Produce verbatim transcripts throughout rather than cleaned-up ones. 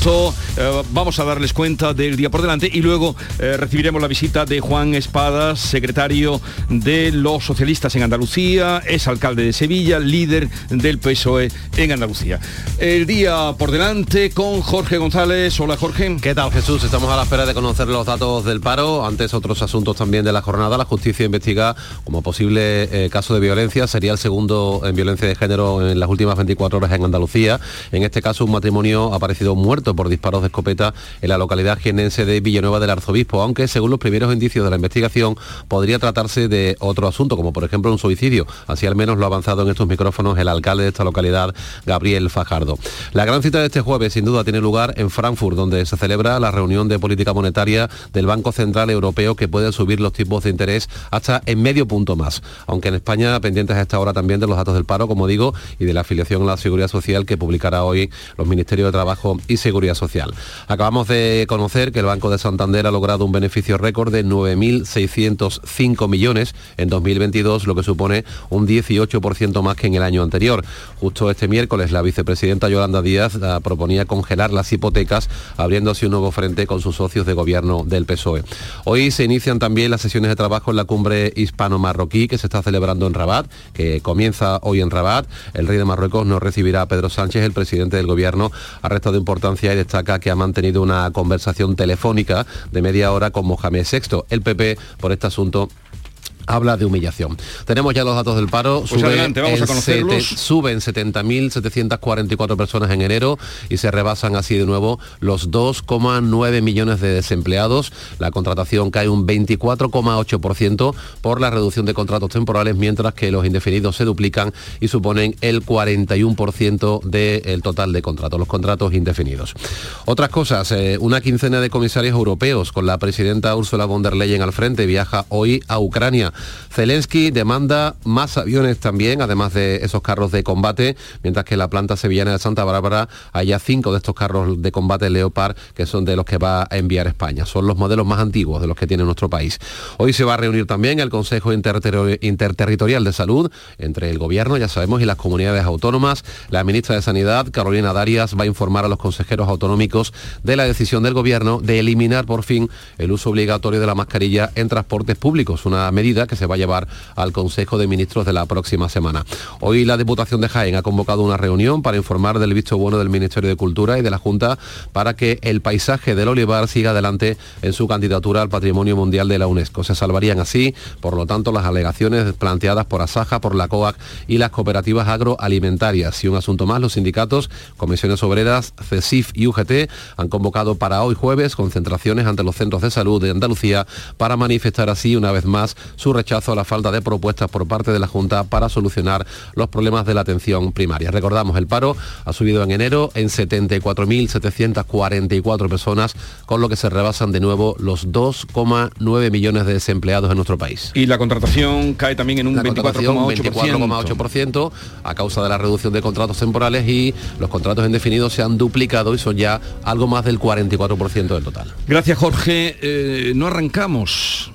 esto eh, vamos a darles cuenta del día por delante y luego eh, recibiremos la visita de Juan Espadas, secretario de los socialistas en Andalucía, es alcalde de Sevilla, líder del P S O E en Andalucía. El día por delante con Jorge González. Hola, Jorge. ¿Qué tal, Jesús? Estamos a la espera de conocer los datos del paro. Antes, otros asuntos también de la jornada. La justicia investiga como posible eh, caso de violencia. Sería el segundo en violencia de género en las últimas veinticuatro horas en Andalucía. En este caso, un matrimonio ha aparecido muerto por disparos de escopeta en la localidad jiennense de Villanueva del Arzobispo, aunque según los primeros indicios de la investigación podría tratarse de otro asunto, como por ejemplo un suicidio. Así al menos lo ha avanzado en estos micrófonos el alcalde de esta localidad, Gabriel Fajardo. La gran cita de este jueves sin duda tiene lugar en Frankfurt, donde se celebra la reunión de política monetaria del Banco Central Europeo, que puede subir los tipos de interés hasta en medio punto más. Aunque en España, pendientes a esta hora también de los datos del paro, como digo, y de la afiliación a la Seguridad Social que publicará hoy los Ministerios de Trabajo y Seguridad Social. Acabamos de conocer que el Banco de Santander ha logrado un beneficio récord de nueve mil seiscientos cinco millones en dos mil veintidós, lo que supone un dieciocho por ciento más que en el año anterior. Justo este miércoles la vicepresidenta Yolanda Díaz la proponía congelar las hipotecas, abriendo así un nuevo frente con sus socios de gobierno del P S O E. Hoy se inician también las sesiones de trabajo en la cumbre hispano-marroquí que se está celebrando en Rabat, que comienza hoy en Rabat. El rey de Marruecos no recibirá a Pedro Sánchez. El presidente del gobierno ha restado importancia y destaca que ha mantenido una conversación telefónica de media hora con Mohamed sexto. El P P, por este asunto, habla de humillación. Tenemos ya los datos del paro. Pues Sube adelante, vamos a conocerlos. Sete, suben setenta mil setecientas cuarenta y cuatro personas en enero y se rebasan así de nuevo los dos coma nueve millones de desempleados. La contratación cae un veinticuatro coma ocho por ciento por la reducción de contratos temporales, mientras que los indefinidos se duplican y suponen el cuarenta y uno por ciento del total de contratos, los contratos indefinidos. Otras cosas, eh, una quincena de comisarios europeos con la presidenta Ursula von der Leyen al frente viaja hoy a Ucrania. Zelensky demanda más aviones también, además de esos carros de combate, mientras que en la planta sevillana de Santa Bárbara hay ya cinco de estos carros de combate Leopard, que son de los que va a enviar España. Son los modelos más antiguos de los que tiene nuestro país. Hoy se va a reunir también el Consejo Interter- Interterritorial de Salud entre el Gobierno, ya sabemos, y las comunidades autónomas. La ministra de Sanidad, Carolina Darias, va a informar a los consejeros autonómicos de la decisión del Gobierno de eliminar por fin el uso obligatorio de la mascarilla en transportes públicos, una medida que se va a llevar al Consejo de Ministros de la próxima semana. Hoy la Diputación de Jaén ha convocado una reunión para informar del visto bueno del Ministerio de Cultura y de la Junta para que el paisaje del olivar siga adelante en su candidatura al Patrimonio Mundial de la UNESCO. Se salvarían así, por lo tanto, las alegaciones planteadas por Asaja, por la COAC y las cooperativas agroalimentarias. Y un asunto más, los sindicatos, comisiones obreras, CESIF y U G T han convocado para hoy jueves concentraciones ante los centros de salud de Andalucía para manifestar así una vez más su rechazo a la falta de propuestas por parte de la Junta para solucionar los problemas de la atención primaria. Recordamos, el paro ha subido en enero en setenta y cuatro mil setecientas cuarenta y cuatro personas, con lo que se rebasan de nuevo los dos coma nueve millones de desempleados en nuestro país. Y la contratación cae también en un veinticuatro coma ocho por ciento a causa de la reducción de contratos temporales, y los contratos indefinidos se han duplicado y son ya algo más del cuarenta y cuatro por ciento del total. Gracias, Jorge. Eh, no arrancamos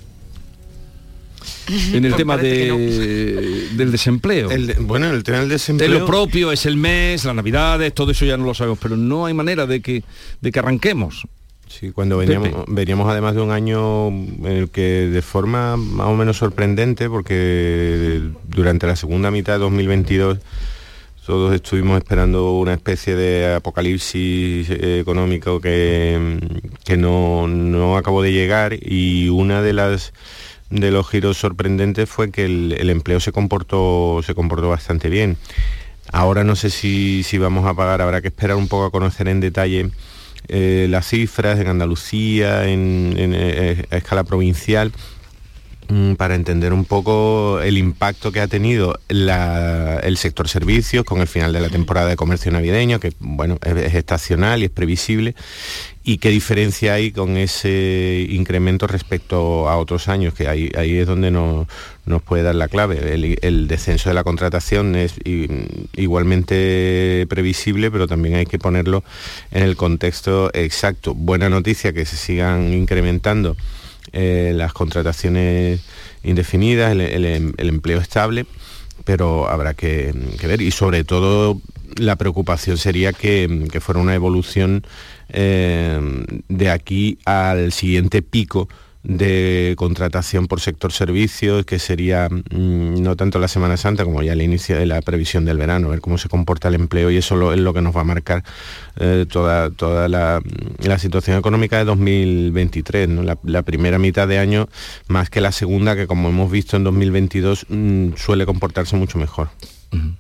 en el tema de, no. del desempleo. El de, bueno, el tema del desempleo... De lo propio, es el mes, las navidades, todo eso ya no lo sabemos, pero no hay manera de que, de que arranquemos. Sí, cuando veníamos, veníamos además de un año en el que de forma más o menos sorprendente, porque durante la segunda mitad de dos mil veintidós todos estuvimos esperando una especie de apocalipsis económico que, que no, no acabó de llegar, y una de las de los giros sorprendentes fue que el, el empleo se comportó se comportó bastante bien. Ahora no sé si, si vamos a pagar, habrá que esperar un poco a conocer en detalle eh, las cifras en Andalucía, en, en, en a escala provincial, para entender un poco el impacto que ha tenido la, el sector servicios con el final de la temporada de comercio navideño, que bueno, es, es estacional y es previsible, y qué diferencia hay con ese incremento respecto a otros años, que ahí, ahí es donde nos, nos puede dar la clave. El, el descenso de la contratación es igualmente previsible, pero también hay que ponerlo en el contexto exacto. Buena noticia que se sigan incrementando Eh, las contrataciones indefinidas, el, el, el empleo estable, pero habrá que, que ver. Y sobre todo la preocupación sería que, que fuera una evolución eh, de aquí al siguiente pico de contratación por sector servicios, que sería mmm, no tanto la Semana Santa como ya el inicio de la previsión del verano, ver cómo se comporta el empleo, y eso lo, es lo que nos va a marcar eh, toda, toda la, la situación económica de dos mil veintitrés, ¿no? La, la primera mitad de año, más que la segunda, que como hemos visto en dos mil veintidós, mmm, suele comportarse mucho mejor. Uh-huh.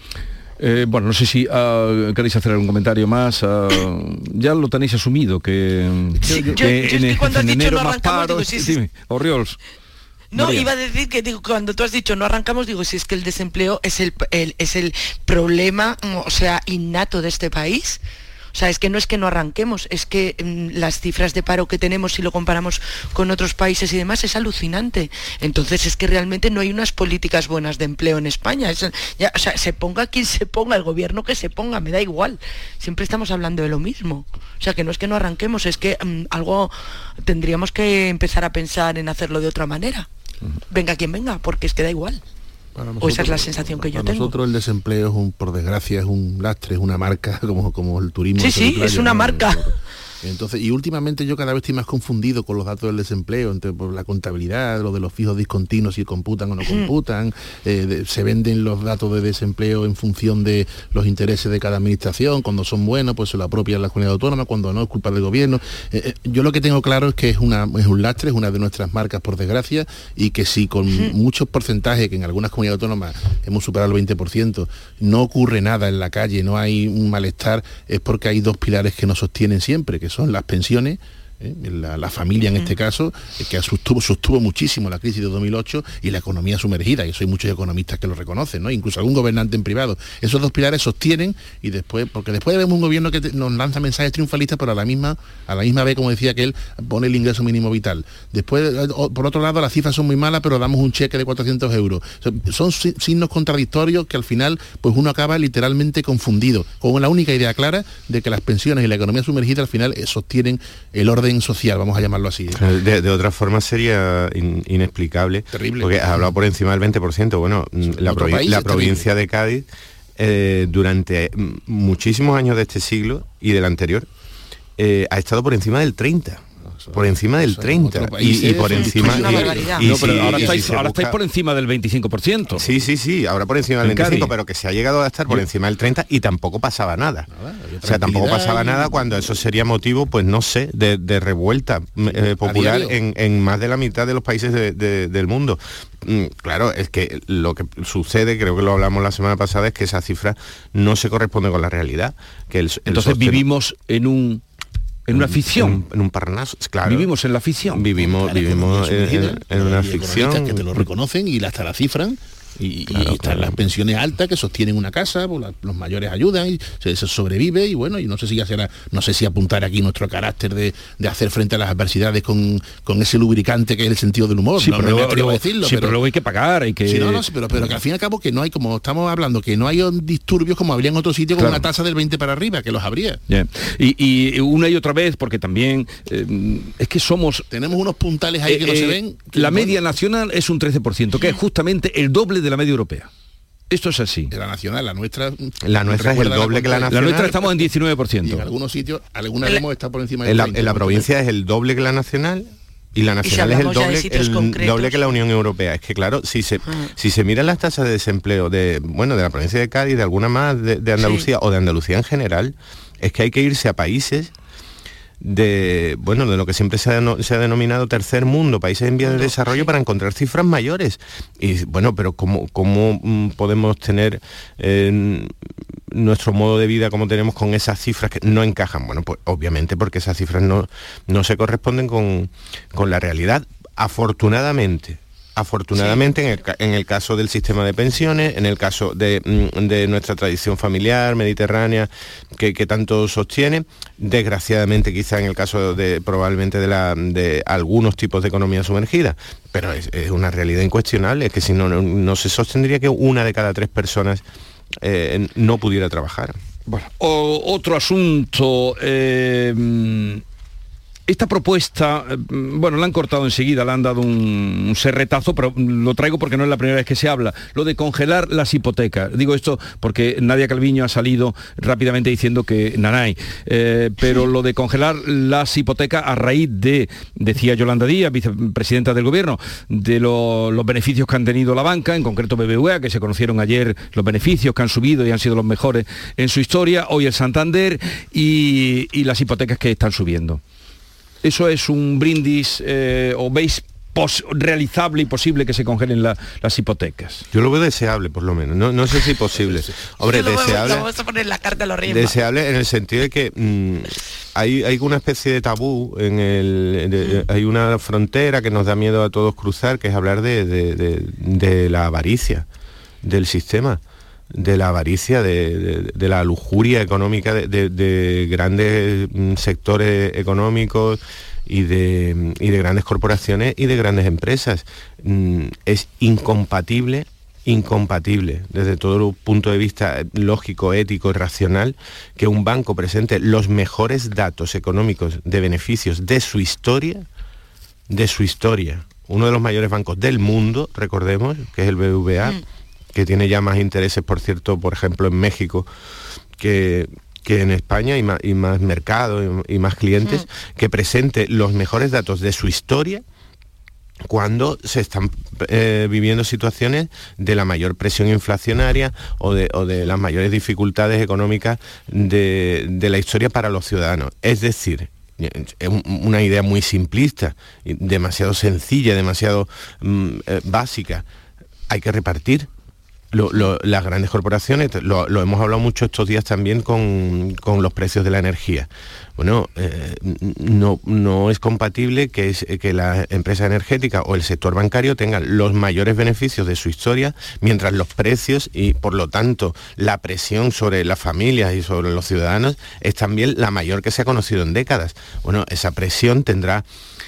Eh, bueno, no sé si uh, queréis hacer algún comentario más. Uh, ya lo tenéis asumido, que, sí, que, yo, que yo en, es que cuando en has dicho enero no más arrancamos, paros. digo, sí, sí. Dime, Orriols. No, María. iba a decir que digo, cuando tú has dicho no arrancamos, digo, si es que el desempleo es el, el, es el problema, o sea, innato de este país. O sea, es que no es que no arranquemos, es que mmm, las cifras de paro que tenemos, si lo comparamos con otros países y demás, es alucinante. Entonces es que realmente no hay unas políticas buenas de empleo en España. Es, ya, o sea, se ponga quien se ponga, el gobierno que se ponga, me da igual. Siempre estamos hablando de lo mismo. O sea, que no es que no arranquemos, es que mmm, algo tendríamos que empezar a pensar en hacerlo de otra manera. Venga quien venga, porque es que da igual. Nosotros, o esa es la sensación que yo para tengo. Nosotros el desempleo es un, por desgracia, es un lastre, es una marca, como, como el turismo. Sí, sí, playa, es una ¿no? marca. Entonces, y últimamente yo cada vez estoy más confundido con los datos del desempleo, entre por la contabilidad, lo de los fijos discontinuos, si computan o no computan, eh, de, se venden los datos de desempleo en función de los intereses de cada administración, cuando son buenos pues se lo apropian las comunidades autónomas, cuando no es culpa del gobierno. Eh, eh, yo lo que tengo claro es que es, una, es un lastre, es una de nuestras marcas por desgracia, y que si con uh-huh. muchos porcentajes, que en algunas comunidades autónomas hemos superado el veinte por ciento, no ocurre nada en la calle, no hay un malestar, es porque hay dos pilares que nos sostienen siempre, que son las pensiones, ¿eh? la, la familia en este caso, eh, que sostuvo, sostuvo muchísimo la crisis de dos mil ocho, y la economía sumergida, y eso hay muchos economistas que lo reconocen, ¿no? Incluso algún gobernante en privado. Esos dos pilares sostienen, y después, porque después vemos un gobierno que te, nos lanza mensajes triunfalistas, pero a la misma a la misma vez, como decía que él, pone el ingreso mínimo vital. Después, por otro lado, las cifras son muy malas, pero damos un cheque de cuatrocientos euros. O sea, son signos contradictorios que al final pues uno acaba literalmente confundido, con la única idea clara de que las pensiones y la economía sumergida al final eh, sostienen el orden social, vamos a llamarlo así. ¿eh? De, de otra forma sería in, inexplicable. Terrible. Porque has hablado por encima del veinte por ciento. Bueno, la, provi la provincia terrible. de Cádiz, eh, durante muchísimos años de este siglo y del anterior, eh, ha estado por encima del treinta. Por encima del treinta y, y por encima es una barbaridad. Y, y, no, pero ahora, estáis, si ahora busca... estáis por encima del veinticinco por ciento. Sí, sí, sí, ahora por encima del veinticinco por ciento, pero que se ha llegado a estar por encima del treinta y tampoco pasaba nada. nada o sea, tampoco pasaba nada cuando eso sería motivo, pues no sé, de, de revuelta eh, popular en, en más de la mitad de los países de, de, del mundo. Mm, claro, es que lo que sucede, creo que lo hablamos la semana pasada, es que esa cifra no se corresponde con la realidad. Que el, el Entonces sostén... vivimos en un En una ficción. En, en un Parnaso, claro. Vivimos en la ficción. Vivimos, vivimos en, en, en una ficción. Que te lo reconocen y hasta la cifran. Y, claro, y están claro. las pensiones altas que sostienen una casa, pues la, los mayores ayudan y se, se sobrevive, y bueno, y no sé si ya será, no sé si apuntar aquí nuestro carácter de, de hacer frente a las adversidades con, con ese lubricante que es el sentido del humor. Sí, no, pero, no luego, luego, decirlo, sí pero, pero luego hay que pagar, hay que... Sí, no, no, pero, pero que al fin y al cabo que no hay, como estamos hablando, que no hay disturbios como habría en otro sitio con claro. una tasa del veinte para arriba, que los habría. Yeah. Y, y una y otra vez, porque también eh, es que somos... Tenemos unos puntales ahí eh, que no eh, se ven. La media nacional es un trece por ciento, que es justamente el doble de la media europea. Esto es así. De la nacional, la nuestra... La nuestra es el doble la que la nacional. La nuestra estamos en diecinueve por ciento. Y en algunos sitios, alguna vez hemos estado por encima del en la, en la provincia es el doble que la nacional, y la nacional y si es el doble, el doble que la Unión Europea. Es que claro, si se ah. si se miran las tasas de desempleo de bueno de la provincia de Cádiz, de alguna más de, de Andalucía sí. o de Andalucía en general, es que hay que irse a países de bueno de lo que siempre se ha, se ha denominado tercer mundo, países en vías de desarrollo, para encontrar cifras mayores. Y bueno, pero cómo, cómo podemos tener eh, nuestro modo de vida como tenemos con esas cifras que no encajan. Bueno, pues obviamente porque esas cifras no, no se corresponden con, con la realidad. Afortunadamente Afortunadamente, sí. en, el, en el caso del sistema de pensiones, en el caso de, de nuestra tradición familiar mediterránea, que, que tanto sostiene, desgraciadamente quizá en el caso de probablemente de, la, de algunos tipos de economía sumergida, pero es, es una realidad incuestionable, es que si no, no, no se sostendría que una de cada tres personas eh, no pudiera trabajar. Bueno, o, otro asunto... Eh, Esta propuesta, bueno, la han cortado enseguida, le han dado un, un serretazo, pero lo traigo porque no es la primera vez que se habla, lo de congelar las hipotecas. Digo esto porque Nadia Calviño ha salido rápidamente diciendo que nanay, eh, pero lo de congelar las hipotecas a raíz de, decía Yolanda Díaz, vicepresidenta del Gobierno, de lo, los beneficios que han tenido la banca, en concreto B B V A, que se conocieron ayer los beneficios que han subido y han sido los mejores en su historia, hoy el Santander y, y las hipotecas que están subiendo. ¿Eso es un brindis eh, o veis pos- realizable y posible que se congelen la, las hipotecas? Yo lo veo deseable, por lo menos. No, no sé si posible. Hombre, lo deseable. Vamos, vamos a poner la carta a los reyes. Deseable en el sentido de que mmm, hay, hay una especie de tabú, en el, de, hay una frontera que nos da miedo a todos cruzar, que es hablar de, de, de, de la avaricia del sistema. de la avaricia, de, de, de la lujuria económica de, de, de grandes sectores económicos y de, y de grandes corporaciones y de grandes empresas. Es incompatible, incompatible desde todo punto de vista lógico, ético y racional que un banco presente los mejores datos económicos de beneficios de su historia, de su historia. Uno de los mayores bancos del mundo, recordemos, que es el B B V A, mm. que tiene ya más intereses, por cierto, por ejemplo, en México, que, que en España, y más, y más mercado y, y más clientes, mm. que presente los mejores datos de su historia cuando se están eh, viviendo situaciones de la mayor presión inflacionaria o de, o de las mayores dificultades económicas de, de la historia para los ciudadanos. Es decir, es una idea muy simplista, demasiado sencilla, demasiado mm, eh, básica. Hay que repartir. Lo, lo, las grandes corporaciones, lo, lo hemos hablado mucho estos días también con, con los precios de la energía. Bueno, eh, no, no es compatible que, es, que la empresa energética o el sector bancario tengan los mayores beneficios de su historia, mientras los precios y, por lo tanto, la presión sobre las familias y sobre los ciudadanos es también la mayor que se ha conocido en décadas. Bueno, esa presión tendrá,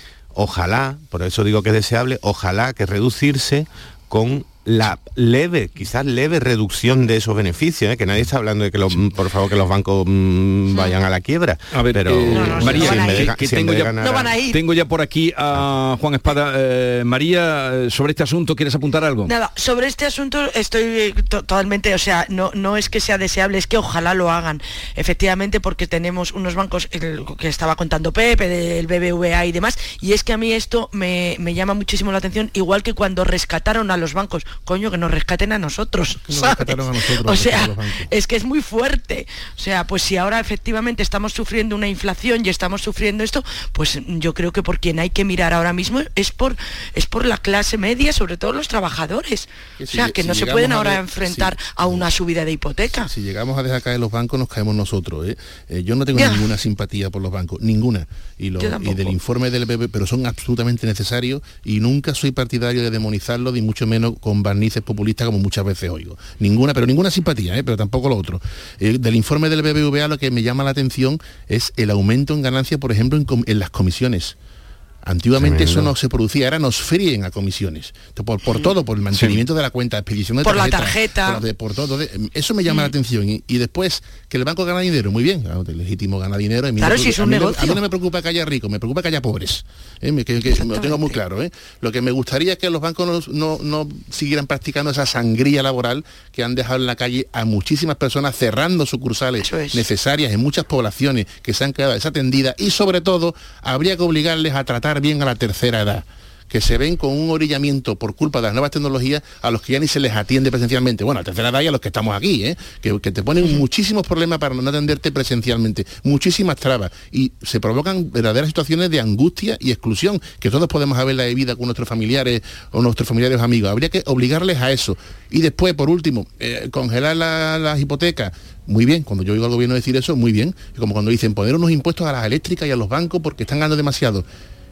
ojalá, por eso digo que es deseable, ojalá que reducirse con la leve, quizás leve reducción de esos beneficios, ¿eh? Que nadie está hablando de que los, por favor, que los bancos mmm, vayan a la quiebra. A ver, pero eh, no, no, María, no que, que tengo, ya, no van a ir. tengo ya por aquí a Juan Espada. Eh, María, sobre este asunto, ¿quieres apuntar algo? Nada, sobre este asunto estoy to- totalmente, o sea, no, no es que sea deseable, es que ojalá lo hagan, efectivamente, porque tenemos unos bancos, el, que estaba contando Pepe, del B B V A y demás, y es que a mí esto me, me llama muchísimo la atención, igual que cuando rescataron a los bancos. Coño, que nos rescaten a nosotros, nos rescataron a nosotros, o sea, es que es muy fuerte. O sea, pues si ahora efectivamente estamos sufriendo una inflación y estamos sufriendo esto, pues yo creo que por quien hay que mirar ahora mismo es por es por la clase media, sobre todo los trabajadores. Si, o sea, que si no se pueden ahora de, enfrentar si, a una subida de hipoteca. Si, si llegamos a dejar caer los bancos, nos caemos nosotros. ¿eh? Eh, yo no tengo ya. ninguna simpatía por los bancos, ninguna. Y, lo, y del informe del B B, pero son absolutamente necesarios y nunca soy partidario de demonizarlos, ni mucho menos con barnices populistas como muchas veces oigo. Ninguna, pero ninguna simpatía, ¿eh? Pero tampoco lo otro. Eh, del informe del B B V A lo que me llama la atención es el aumento en ganancias, por ejemplo, en, com- en las comisiones. Antiguamente Tremendo. Eso no se producía, ahora nos fríen a comisiones. Por, por todo, por el mantenimiento sí. de la cuenta, expedición de por tarjeta. la tarjeta. Por, de, por todo. De, eso me llama mm. la atención. Y, y después, que el banco gana dinero, muy bien, claro, el legítimo gana dinero. A mí claro, no, si es un a mí negocio. No, a mí no me preocupa que haya ricos, me preocupa que haya pobres. ¿eh? Que, que lo tengo muy claro. ¿eh? Lo que me gustaría es que los bancos no, no, no siguieran practicando esa sangría laboral que han dejado en la calle a muchísimas personas, cerrando sucursales es. necesarias en muchas poblaciones que se han quedado desatendidas, y sobre todo habría que obligarles a tratar bien a la tercera edad, que se ven con un orillamiento por culpa de las nuevas tecnologías a los que ya ni se les atiende presencialmente. Bueno, a tercera edad y a los que estamos aquí, ¿eh? que, que te ponen muchísimos problemas para no atenderte presencialmente, muchísimas trabas, y se provocan verdaderas situaciones de angustia y exclusión, que todos podemos haberla vivido con nuestros familiares o nuestros familiares o amigos. Habría que obligarles a eso. Y después, por último, eh, congelar la, las hipotecas. Muy bien, cuando yo oigo al gobierno decir eso, muy bien. Como cuando dicen poner unos impuestos a las eléctricas y a los bancos porque están ganando demasiado.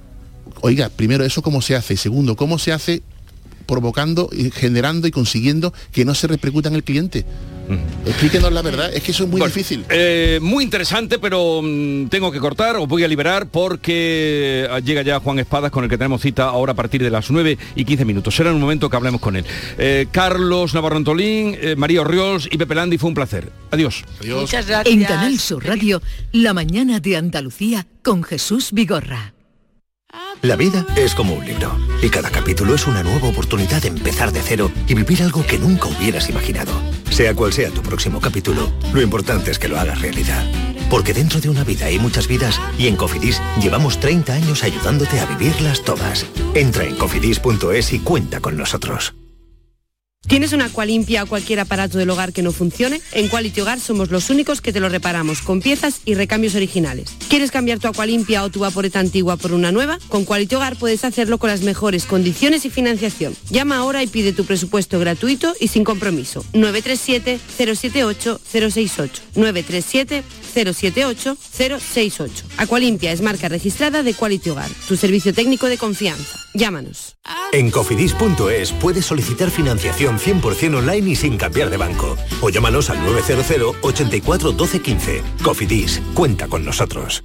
Oiga, primero, ¿eso cómo se hace? Y segundo, ¿cómo se hace provocando, generando y consiguiendo que no se repercuta en el cliente? Mm. Explíquenos la verdad, es que eso es muy bueno, difícil. Eh, muy interesante, pero mm, tengo que cortar, os voy a liberar porque llega ya Juan Espadas, con el que tenemos cita ahora a partir de las nueve y quince minutos. Será en un momento que hablemos con él. Eh, Carlos Navarro Antolín, eh, María Orriols y Pepe Landi, fue un placer. Adiós. Adiós. Muchas gracias. En Canal Sur Radio, La mañana de Andalucía con Jesús Vigorra. La vida es como un libro y cada capítulo es una nueva oportunidad de empezar de cero y vivir algo que nunca hubieras imaginado. Sea cual sea tu próximo capítulo, lo importante es que lo hagas realidad. Porque dentro de una vida hay muchas vidas y en Cofidis llevamos treinta años ayudándote a vivirlas todas. Entra en cofidis punto es y cuenta con nosotros. ¿Tienes una Aqualimpia o cualquier aparato del hogar que no funcione? En Quality Hogar somos los únicos que te lo reparamos con piezas y recambios originales. ¿Quieres cambiar tu Aqualimpia o tu vaporeta antigua por una nueva? Con Quality Hogar puedes hacerlo con las mejores condiciones y financiación. Llama ahora y pide tu presupuesto gratuito y sin compromiso. nueve tres siete, cero siete ocho, cero seis ocho. nueve tres siete, cero siete ocho, cero seis ocho. Aqualimpia es marca registrada de Quality Hogar, tu servicio técnico de confianza. Llámanos. En cofidis punto es puedes solicitar financiación cien por ciento online y sin cambiar de banco. O llámanos al nueve cero cero, ochenta y cuatro, doce, quince. Cofidis, cuenta con nosotros.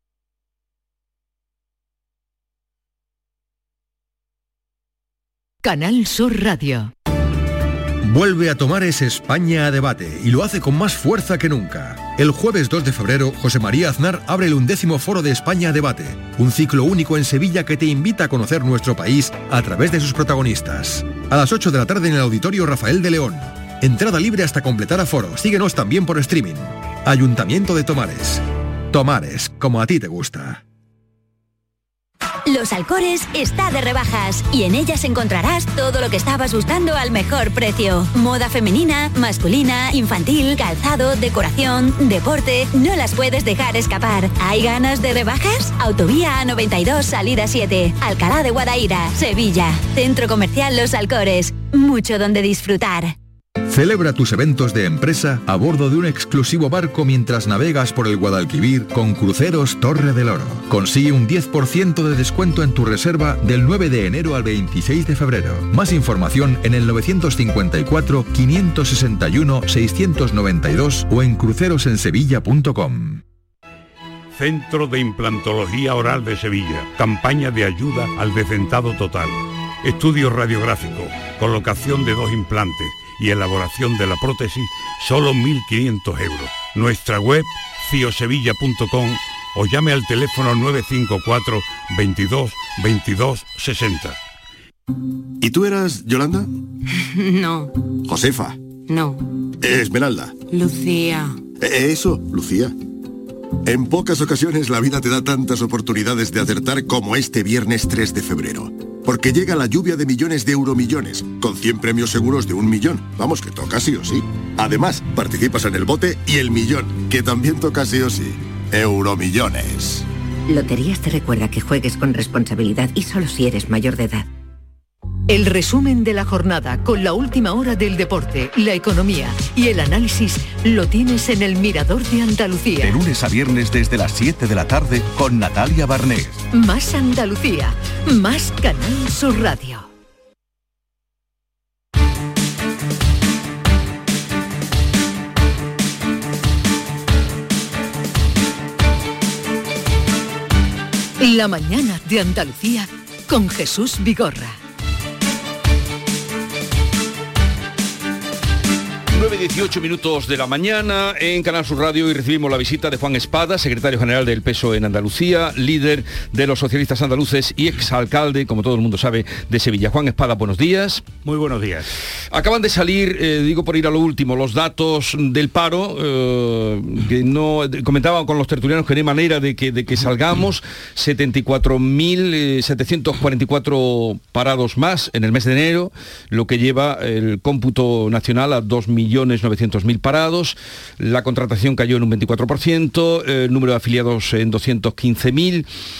Canal Sur Radio. Vuelve a Tomares España a debate y lo hace con más fuerza que nunca. El jueves dos de febrero, José María Aznar abre el undécimo Foro de España a debate, un ciclo único en Sevilla que te invita a conocer nuestro país a través de sus protagonistas. A las ocho de la tarde en el Auditorio Rafael de León. Entrada libre hasta completar aforo. Síguenos también por streaming. Ayuntamiento de Tomares. Tomares, como a ti te gusta. Los Alcores está de rebajas y en ellas encontrarás todo lo que estabas buscando al mejor precio. Moda femenina, masculina, infantil, calzado, decoración, deporte, no las puedes dejar escapar. ¿Hay ganas de rebajas? Autovía A noventa y dos, salida siete, Alcalá de Guadaira, Sevilla. Centro Comercial Los Alcores, mucho donde disfrutar. Celebra tus eventos de empresa a bordo de un exclusivo barco mientras navegas por el Guadalquivir con Cruceros Torre del Oro. Consigue un diez por ciento de descuento en tu reserva del nueve de enero al veintiséis de febrero. Más información en el nueve cinco cuatro, cinco seis uno, seis nueve dos o en cruceros en sevilla punto com. Centro de Implantología Oral de Sevilla. Campaña de ayuda al decentado total. Estudio radiográfico, colocación de dos implantes y elaboración de la prótesis, solo mil quinientos euros. Nuestra web, ciosevilla punto com o llame al teléfono nueve cinco cuatro, veintidós, veintidós, sesenta. ¿Y tú eras Yolanda? No. Josefa. No. Esmeralda. Lucía. Eso, Lucía. En pocas ocasiones la vida te da tantas oportunidades de acertar como este viernes tres de febrero. Porque llega la lluvia de millones de euromillones, con cien premios seguros de un millón. Vamos, que toca sí o sí. Además, participas en el bote y el millón, que también toca sí o sí. Euromillones. Loterías te recuerda que juegues con responsabilidad y solo si eres mayor de edad. El resumen de la jornada con la última hora del deporte, la economía y el análisis lo tienes en El Mirador de Andalucía. De lunes a viernes desde las siete de la tarde con Natalia Barnés. Más Andalucía, más Canal Sur Radio. La mañana de Andalucía con Jesús Vigorra. nueve y dieciocho minutos de la mañana en Canal Sur Radio y recibimos la visita de Juan Espadas, secretario general del P S O E en Andalucía, líder de los socialistas andaluces y exalcalde, como todo el mundo sabe, de Sevilla. Juan Espadas, buenos días. Muy buenos días. Acaban de salir, eh, digo por ir a lo último, los datos del paro, eh, que no comentaban con los tertulianos que no hay manera de que, de que salgamos, setenta y cuatro mil setecientos cuarenta y cuatro parados más en el mes de enero, lo que lleva el cómputo nacional a dos millones novecientos mil parados, la contratación cayó en un veinticuatro por ciento, el número de afiliados en doscientos quince mil.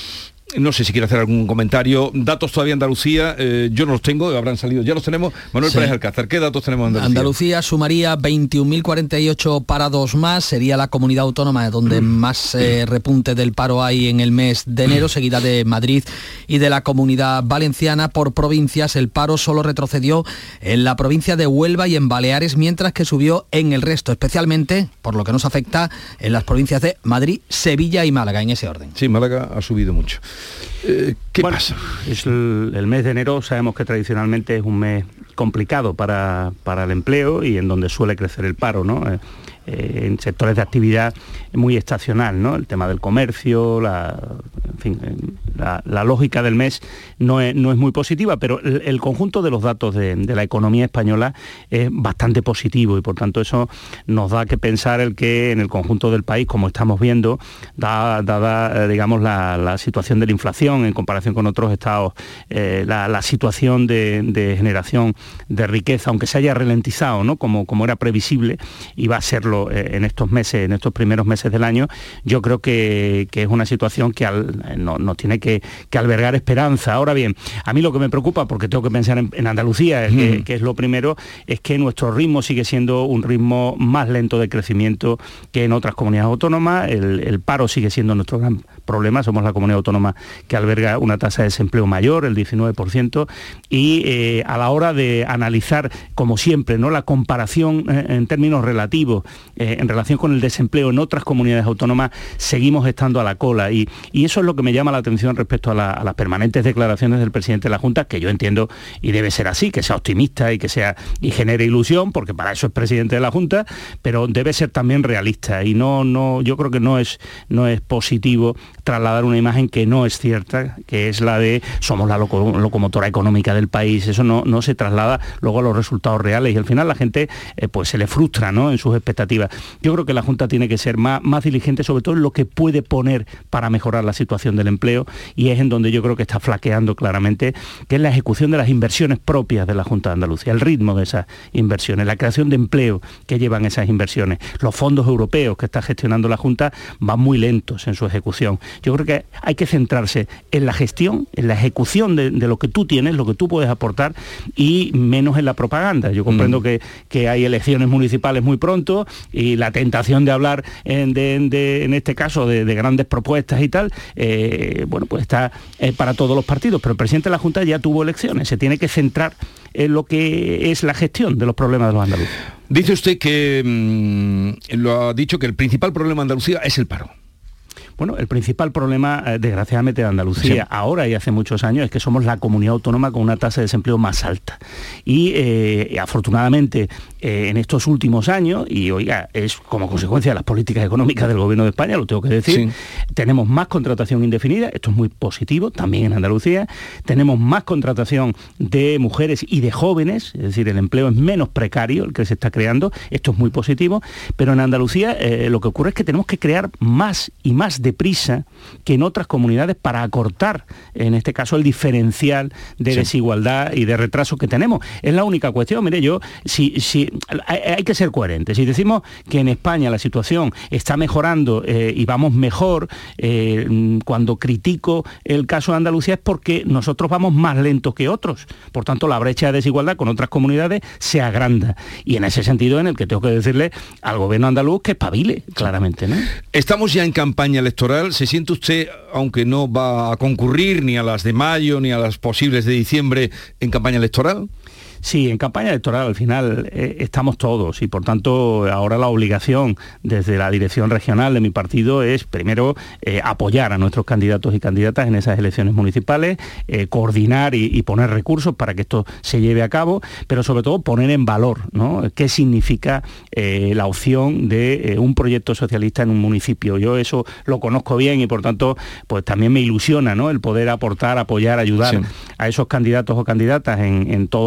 no sé si quiere hacer algún comentario. Datos todavía Andalucía, eh, yo no los tengo, habrán salido, ya los tenemos. Manuel sí. Pérez Alcázar, ¿qué datos tenemos en Andalucía? Andalucía sumaría veintiún mil cuarenta y ocho parados más, sería la comunidad autónoma donde más eh, repunte del paro hay en el mes de enero, seguida de Madrid y de la Comunidad Valenciana. Por provincias, el paro solo retrocedió en la provincia de Huelva y en Baleares, mientras que subió en el resto, especialmente, por lo que nos afecta, en las provincias de Madrid, Sevilla y Málaga, en ese orden. Sí, Málaga ha subido mucho. Eh, ¿Qué bueno, pasa? Es el, el mes de enero sabemos que tradicionalmente es un mes complicado para, para el empleo y en donde suele crecer el paro, ¿no? Eh, eh, en sectores de actividad muy estacional, ¿no? El tema del comercio, la, en fin, la, la lógica del mes no es, no es muy positiva, pero el, el conjunto de los datos de, de la economía española es bastante positivo y por tanto eso nos da que pensar el que en el conjunto del país, como estamos viendo, dada, dada digamos, la, la situación de la inflación en comparación con otros estados, eh, la, la situación de, de generación de riqueza, aunque se haya ralentizado, ¿no? como, como era previsible, y va a serlo en estos meses, en estos primeros meses del año, yo creo que, que es una situación que al, no, nos tiene que, que albergar esperanza. Ahora bien, a mí lo que me preocupa, porque tengo que pensar en, en Andalucía, mm. que, que es lo primero, es que nuestro ritmo sigue siendo un ritmo más lento de crecimiento que en otras comunidades autónomas. El, el paro sigue siendo nuestro gran problema. Somos la comunidad autónoma que alberga una tasa de desempleo mayor, el diecinueve por ciento, y eh, a la hora de analizar, como siempre, ¿no?, la comparación eh, en términos relativos eh, en relación con el desempleo en otras comunidades autónomas, seguimos estando a la cola y, y eso es lo que me llama la atención respecto a, la, a las permanentes declaraciones del presidente de la Junta, que yo entiendo y debe ser así, que sea optimista y que sea y genere ilusión, porque para eso es presidente de la Junta, pero debe ser también realista y no, no, yo creo que no es, no es positivo trasladar una imagen que no es cierta, que es la de somos la loco, locomotora económica del país. Eso no, no se traslada luego a los resultados reales y al final la gente eh, pues se le frustra, ¿no?, en sus expectativas. Yo creo que la Junta tiene que ser más, más diligente, sobre todo en lo que puede poner para mejorar la situación del empleo, y es en donde yo creo que está flaqueando claramente, que es la ejecución de las inversiones propias de la Junta de Andalucía, el ritmo de esas inversiones, la creación de empleo que llevan esas inversiones. Los fondos europeos que está gestionando la Junta van muy lentos en su ejecución. Yo creo que hay que centrarse en la gestión, en la ejecución de, de lo que tú tienes, lo que tú puedes aportar, y menos en la propaganda. Yo comprendo mm. que, que hay elecciones municipales muy pronto y la tentación de hablar en, de, de, en este caso de, de grandes propuestas y tal, eh, bueno, pues está eh, para todos los partidos, pero el presidente de la Junta ya tuvo elecciones, se tiene que centrar en lo que es la gestión de los problemas de los andaluces. Dice usted que mmm, lo ha dicho, que el principal problema de Andalucía es el paro. Bueno, el principal problema, eh, desgraciadamente, de Andalucía, sí, ahora y hace muchos años, es que somos la comunidad autónoma con una tasa de desempleo más alta. Y eh, afortunadamente, eh, en estos últimos años, y oiga, es como consecuencia de las políticas económicas del Gobierno de España, lo tengo que decir, sí, tenemos más contratación indefinida, esto es muy positivo, también en Andalucía, tenemos más contratación de mujeres y de jóvenes, es decir, el empleo es menos precario, el que se está creando, esto es muy positivo, pero en Andalucía eh, lo que ocurre es que tenemos que crear más y más de prisa que en otras comunidades para acortar, en este caso, el diferencial de sí. desigualdad y de retraso que tenemos. Es la única cuestión. Mire, yo, si, si hay, hay que ser coherentes. Si decimos que en España la situación está mejorando eh, y vamos mejor, eh, cuando critico el caso de Andalucía es porque nosotros vamos más lentos que otros. Por tanto, la brecha de desigualdad con otras comunidades se agranda. Y en ese sentido, en el que tengo que decirle al gobierno andaluz que espabile, claramente, ¿no? Estamos ya en campaña electoral. ¿Se siente usted, aunque no va a concurrir ni a las de mayo ni a las posibles de diciembre, en campaña electoral? Sí, en campaña electoral al final eh, estamos todos y por tanto ahora la obligación desde la dirección regional de mi partido es primero eh, apoyar a nuestros candidatos y candidatas en esas elecciones municipales, eh, coordinar y, y poner recursos para que esto se lleve a cabo, pero sobre todo poner en valor, ¿no?, qué significa eh, la opción de eh, un proyecto socialista en un municipio. Yo eso lo conozco bien y por tanto pues también me ilusiona, ¿no?, el poder aportar, apoyar, ayudar sí. a esos candidatos o candidatas en, en todos y cada uno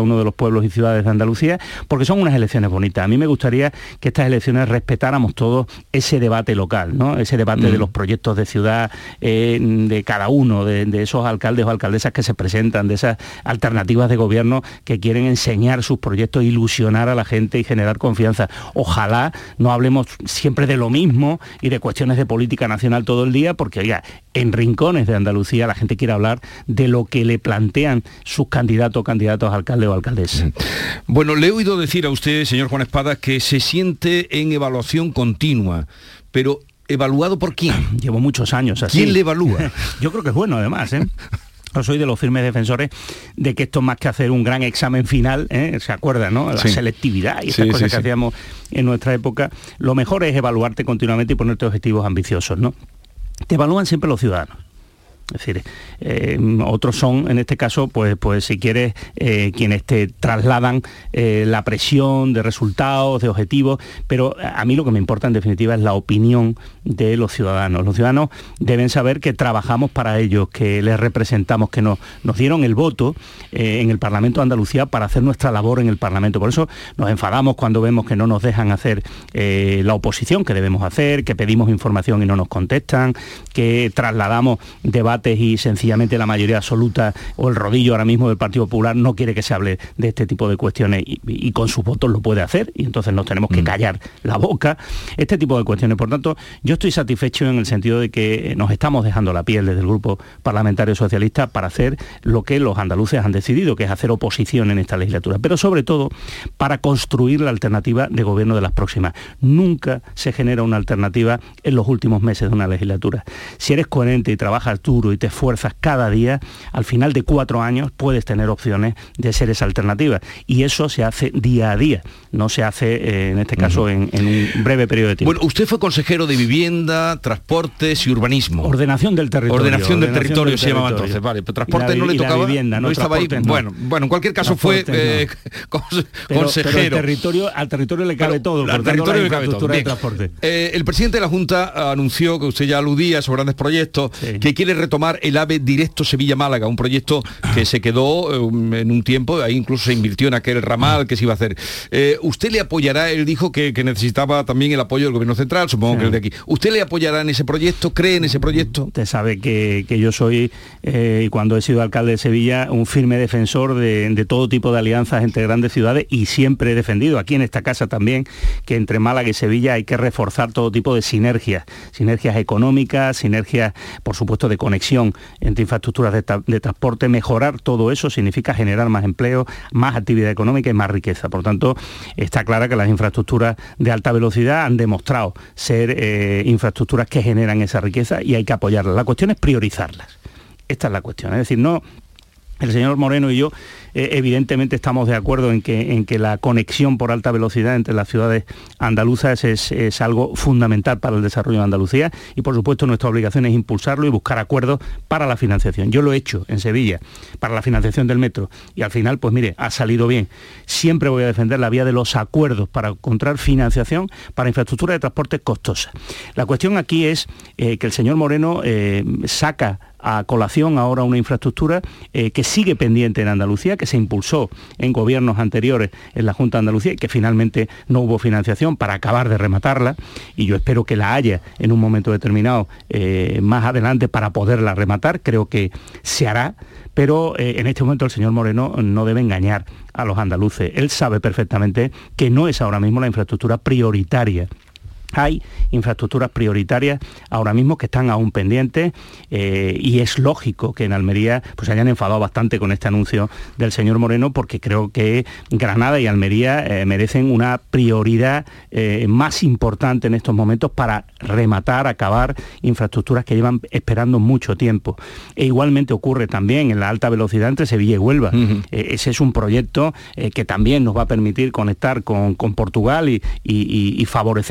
uno de los pueblos y ciudades de Andalucía, porque son unas elecciones bonitas. A mí me gustaría que estas elecciones respetáramos todos ese debate local, ¿no? Ese debate mm. de los proyectos de ciudad, eh, de cada uno, de, de esos alcaldes o alcaldesas que se presentan, de esas alternativas de gobierno que quieren enseñar sus proyectos, ilusionar a la gente y generar confianza. Ojalá no hablemos siempre de lo mismo y de cuestiones de política nacional todo el día, porque oiga, en rincones de Andalucía la gente quiere hablar de lo que le plantean sus candidatos o candidatos a alcalde o alcaldesa. Bueno, le he oído decir a usted, señor Juan Espadas, que se siente en evaluación continua, pero ¿evaluado por quién? Llevo muchos años así. ¿Quién le evalúa? Yo creo que es bueno, además, ¿eh? Yo soy de los firmes defensores de que esto más que hacer un gran examen final, ¿eh? ¿Se acuerda, no? La sí. selectividad y estas sí, cosas sí, que sí. hacíamos en nuestra época, lo mejor es evaluarte continuamente y ponerte objetivos ambiciosos, ¿no? Te evalúan siempre los ciudadanos. Es decir, eh, otros son, en este caso, pues, pues si quieres, eh, quienes te trasladan eh, la presión de resultados, de objetivos, pero a mí lo que me importa en definitiva es la opinión de los ciudadanos. Los ciudadanos deben saber que trabajamos para ellos, que les representamos, que nos, nos dieron el voto eh, en el Parlamento de Andalucía para hacer nuestra labor en el Parlamento. Por eso nos enfadamos cuando vemos que no nos dejan hacer eh, la oposición que debemos hacer, que pedimos información y no nos contestan, que trasladamos debates y sencillamente la mayoría absoluta o el rodillo ahora mismo del Partido Popular no quiere que se hable de este tipo de cuestiones y, y con sus votos lo puede hacer y entonces nos tenemos que callar la boca, este tipo de cuestiones. Por tanto, yo estoy satisfecho en el sentido de que nos estamos dejando la piel desde el Grupo Parlamentario Socialista para hacer lo que los andaluces han decidido, que es hacer oposición en esta legislatura, pero sobre todo para construir la alternativa de gobierno de las próximas. Nunca se genera una alternativa en los últimos meses de una legislatura. Si eres coherente y trabajas duro y te esfuerzas cada día, al final de cuatro años puedes tener opciones de ser esa alternativa. Y eso se hace día a día, no se hace, eh, en este caso, uh-huh. en, en un breve periodo de tiempo. Bueno, usted fue consejero de Vivienda, Transportes y Urbanismo. Ordenación del territorio. Ordenación del Ordenación territorio del se territorio. llamaba entonces, vale. Pero Transporte no le tocaba. Vivienda, no, no estaba ahí. No. Bueno, bueno, en cualquier caso fue eh, no. pero, consejero. Pero el territorio, al territorio le cabe pero, todo. Al territorio le cabe todo. De transporte. Eh, el presidente de la Junta anunció, que usted ya aludía a esos grandes proyectos, sí. que quiere retomar el AVE directo Sevilla-Málaga, un proyecto que se quedó eh, en un tiempo, ahí incluso se invirtió en aquel ramal que se iba a hacer. Eh, ¿Usted le apoyará? Él dijo que, que necesitaba también el apoyo del gobierno central, supongo sí. que el de aquí. ¿Usted le apoyará en ese proyecto? ¿Cree en ese proyecto? Usted sabe que, que yo soy, eh, cuando he sido alcalde de Sevilla, un firme defensor de, de todo tipo de alianzas entre grandes ciudades y siempre he defendido, aquí en esta casa también, que entre Málaga y Sevilla hay que reforzar todo tipo de sinergias, sinergias económicas, sinergias, por supuesto, de conexión entre infraestructuras de, de transporte. Mejorar todo eso significa generar más empleo, más actividad económica y más riqueza. Por tanto, está clara que las infraestructuras de alta velocidad han demostrado ser eh, infraestructuras que generan esa riqueza y hay que apoyarlas. La cuestión es priorizarlas. Esta es la cuestión. Es decir, no... El señor Moreno y yo eh, evidentemente estamos de acuerdo en que, en que la conexión por alta velocidad entre las ciudades andaluzas es, es algo fundamental para el desarrollo de Andalucía y por supuesto nuestra obligación es impulsarlo y buscar acuerdos para la financiación. Yo lo he hecho en Sevilla para la financiación del metro y al final, pues mire, ha salido bien. Siempre voy a defender la vía de los acuerdos para encontrar financiación para infraestructura de transporte costosa. La cuestión aquí es eh, que el señor Moreno eh, saca a colación ahora una infraestructura eh, que sigue pendiente en Andalucía, que se impulsó en gobiernos anteriores en la Junta de Andalucía y que finalmente no hubo financiación para acabar de rematarla y yo espero que la haya en un momento determinado eh, más adelante para poderla rematar, creo que se hará, pero eh, en este momento el señor Moreno no debe engañar a los andaluces. Él sabe perfectamente que no es ahora mismo la infraestructura prioritaria. Hay infraestructuras prioritarias ahora mismo que están aún pendientes eh, y es lógico que en Almería pues se hayan enfadado bastante con este anuncio del señor Moreno porque creo que Granada y Almería eh, merecen una prioridad eh, más importante en estos momentos para rematar, acabar infraestructuras que llevan esperando mucho tiempo. E igualmente ocurre también en la alta velocidad entre Sevilla y Huelva. Uh-huh. Eh, ese es un proyecto eh, que también nos va a permitir conectar con, con Portugal y, y, y favorecer otro tipo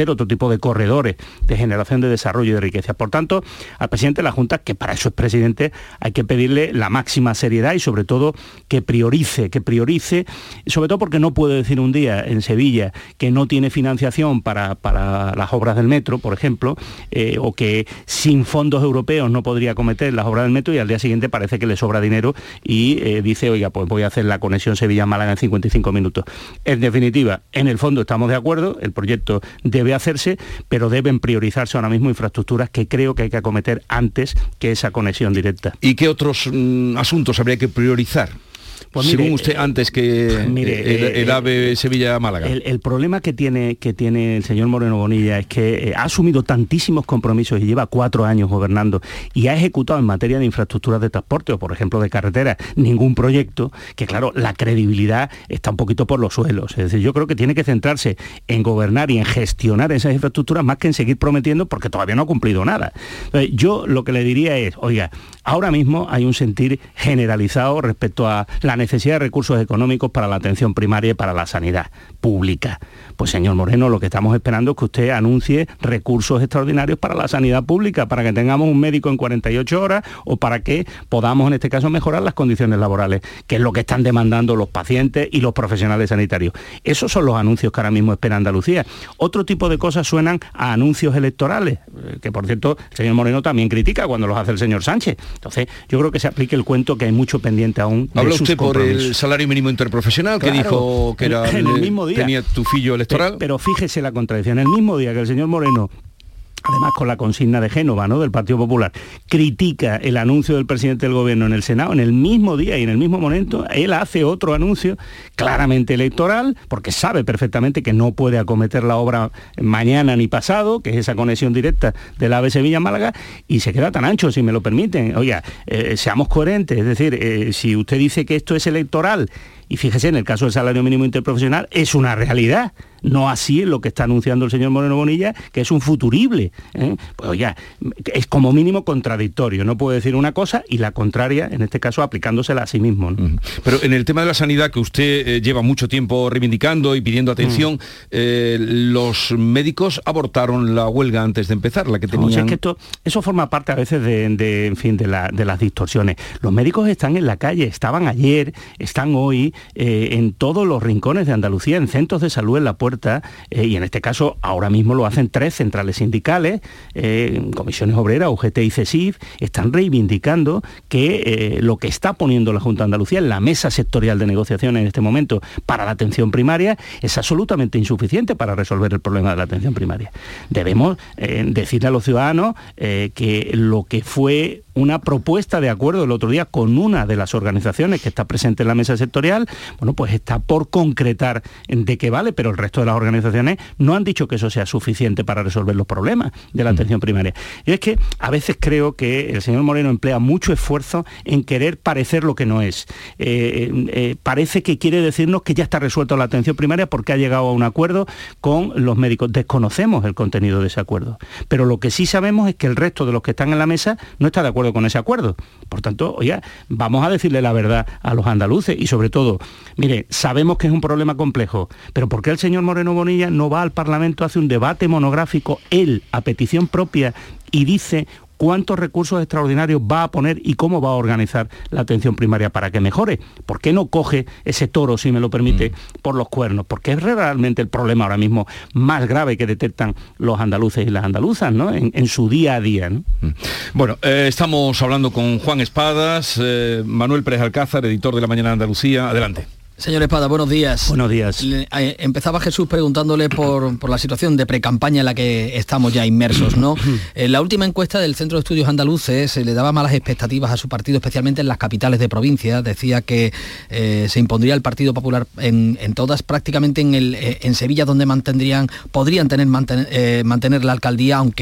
tipo de corredores de generación de desarrollo y de riqueza. Por tanto, al presidente de la Junta, que para eso es presidente, hay que pedirle la máxima seriedad y sobre todo que priorice, que priorice, sobre todo porque no puede decir un día en Sevilla que no tiene financiación para, para las obras del metro, por ejemplo, eh, o que sin fondos europeos no podría acometer las obras del metro, y al día siguiente parece que le sobra dinero y eh, dice, oiga, pues voy a hacer la conexión Sevilla-Málaga en cincuenta y cinco minutos. En definitiva, en el fondo estamos de acuerdo, el proyecto debe hacerse, pero deben priorizarse ahora mismo infraestructuras que creo que hay que acometer antes que esa conexión directa. ¿Y qué otros mm, asuntos habría que priorizar? Pues mire, según usted, antes que mire, el, el, el AVE Sevilla-Málaga. El, el problema que tiene, que tiene el señor Moreno Bonilla es que eh, ha asumido tantísimos compromisos y lleva cuatro años gobernando y ha ejecutado en materia de infraestructuras de transporte o, por ejemplo, de carreteras, ningún proyecto, que claro, la credibilidad está un poquito por los suelos. Es decir, yo creo que tiene que centrarse en gobernar y en gestionar esas infraestructuras más que en seguir prometiendo, porque todavía no ha cumplido nada. Entonces, yo lo que le diría es, oiga, ahora mismo hay un sentir generalizado respecto a la necesidad de recursos económicos para la atención primaria y para la sanidad pública. Pues señor Moreno, lo que estamos esperando es que usted anuncie recursos extraordinarios para la sanidad pública, para que tengamos un médico en cuarenta y ocho horas o para que podamos en este caso mejorar las condiciones laborales, que es lo que están demandando los pacientes y los profesionales sanitarios. Esos son los anuncios que ahora mismo espera Andalucía. Otro tipo de cosas suenan a anuncios electorales, que por cierto el señor Moreno también critica cuando los hace el señor Sánchez. Entonces yo creo que se aplique el cuento, que hay mucho pendiente aún de ¿Habla sus usted por compromisos. el salario mínimo interprofesional, que claro, dijo que era en el mismo día, tenía tufillo electoral? Pero fíjese la contradicción. El mismo día que el señor Moreno, además con la consigna de Génova, ¿no?, del Partido Popular, critica el anuncio del presidente del gobierno en el Senado, en el mismo día y en el mismo momento, él hace otro anuncio claramente electoral, porque sabe perfectamente que no puede acometer la obra mañana ni pasado, que es esa conexión directa del AVE Sevilla-Málaga, y se queda tan ancho, si me lo permiten. Oiga, eh, seamos coherentes, es decir, eh, si usted dice que esto es electoral, y fíjese, en el caso del salario mínimo interprofesional, es una realidad. No así es lo que está anunciando el señor Moreno Bonilla, que es un futurible. ¿eh? Pues oiga, es como mínimo contradictorio. No puede decir una cosa y la contraria, en este caso aplicándosela a sí mismo, ¿no? Pero en el tema de la sanidad, que usted eh, lleva mucho tiempo reivindicando y pidiendo atención, mm. eh, los médicos abortaron la huelga antes de empezar, la que tenían... No, o sea, es que esto, eso forma parte a veces de, de, en fin, de, la, de las distorsiones. Los médicos están en la calle, estaban ayer, están hoy, eh, en todos los rincones de Andalucía, en centros de salud en la puerta, eh, y en este caso ahora mismo lo hacen tres centrales sindicales, eh, Comisiones Obreras, U G T y CESIF, están reivindicando que eh, lo que está poniendo la Junta de Andalucía en la mesa sectorial de negociación en este momento para la atención primaria es absolutamente insuficiente para resolver el problema de la atención primaria. Debemos eh, decirle a los ciudadanos eh, que lo que fue una propuesta de acuerdo el otro día con una de las organizaciones que está presente en la mesa sectorial, bueno, pues está por concretar de qué vale, pero el resto de las organizaciones no han dicho que eso sea suficiente para resolver los problemas de la atención primaria. Y es que a veces creo que el señor Moreno emplea mucho esfuerzo en querer parecer lo que no es. Eh, eh, parece que quiere decirnos que ya está resuelto la atención primaria porque ha llegado a un acuerdo con los médicos. Desconocemos el contenido de ese acuerdo, pero lo que sí sabemos es que el resto de los que están en la mesa no está de acuerdo con ese acuerdo. Por tanto, oiga, vamos a decirle la verdad a los andaluces y sobre todo, mire, sabemos que es un problema complejo, pero ¿por qué el señor Moreno Bonilla no va al Parlamento, hace un debate monográfico, él, a petición propia, y dice cuántos recursos extraordinarios va a poner y cómo va a organizar la atención primaria para que mejore? ¿Por qué no coge ese toro, si me lo permite, mm. por los cuernos? Porque es realmente el problema ahora mismo más grave que detectan los andaluces y las andaluzas, ¿no?, en, en su día a día, ¿no? Mm. Bueno, eh, estamos hablando con Juan Espadas, eh, Manuel Pérez Alcázar, editor de La Mañana de Andalucía. Adelante. Señor Espada, buenos días. Buenos días. Le, eh, empezaba Jesús preguntándole por, por la situación de precampaña en la que estamos ya inmersos, ¿no? En la última encuesta del Centro de Estudios Andaluces se le daba malas expectativas a su partido, especialmente en las capitales de provincia. Decía que eh, se impondría el Partido Popular en, en todas, prácticamente en, el, eh, en Sevilla, donde mantendrían, podrían tener mantener, eh, mantener la alcaldía, aunque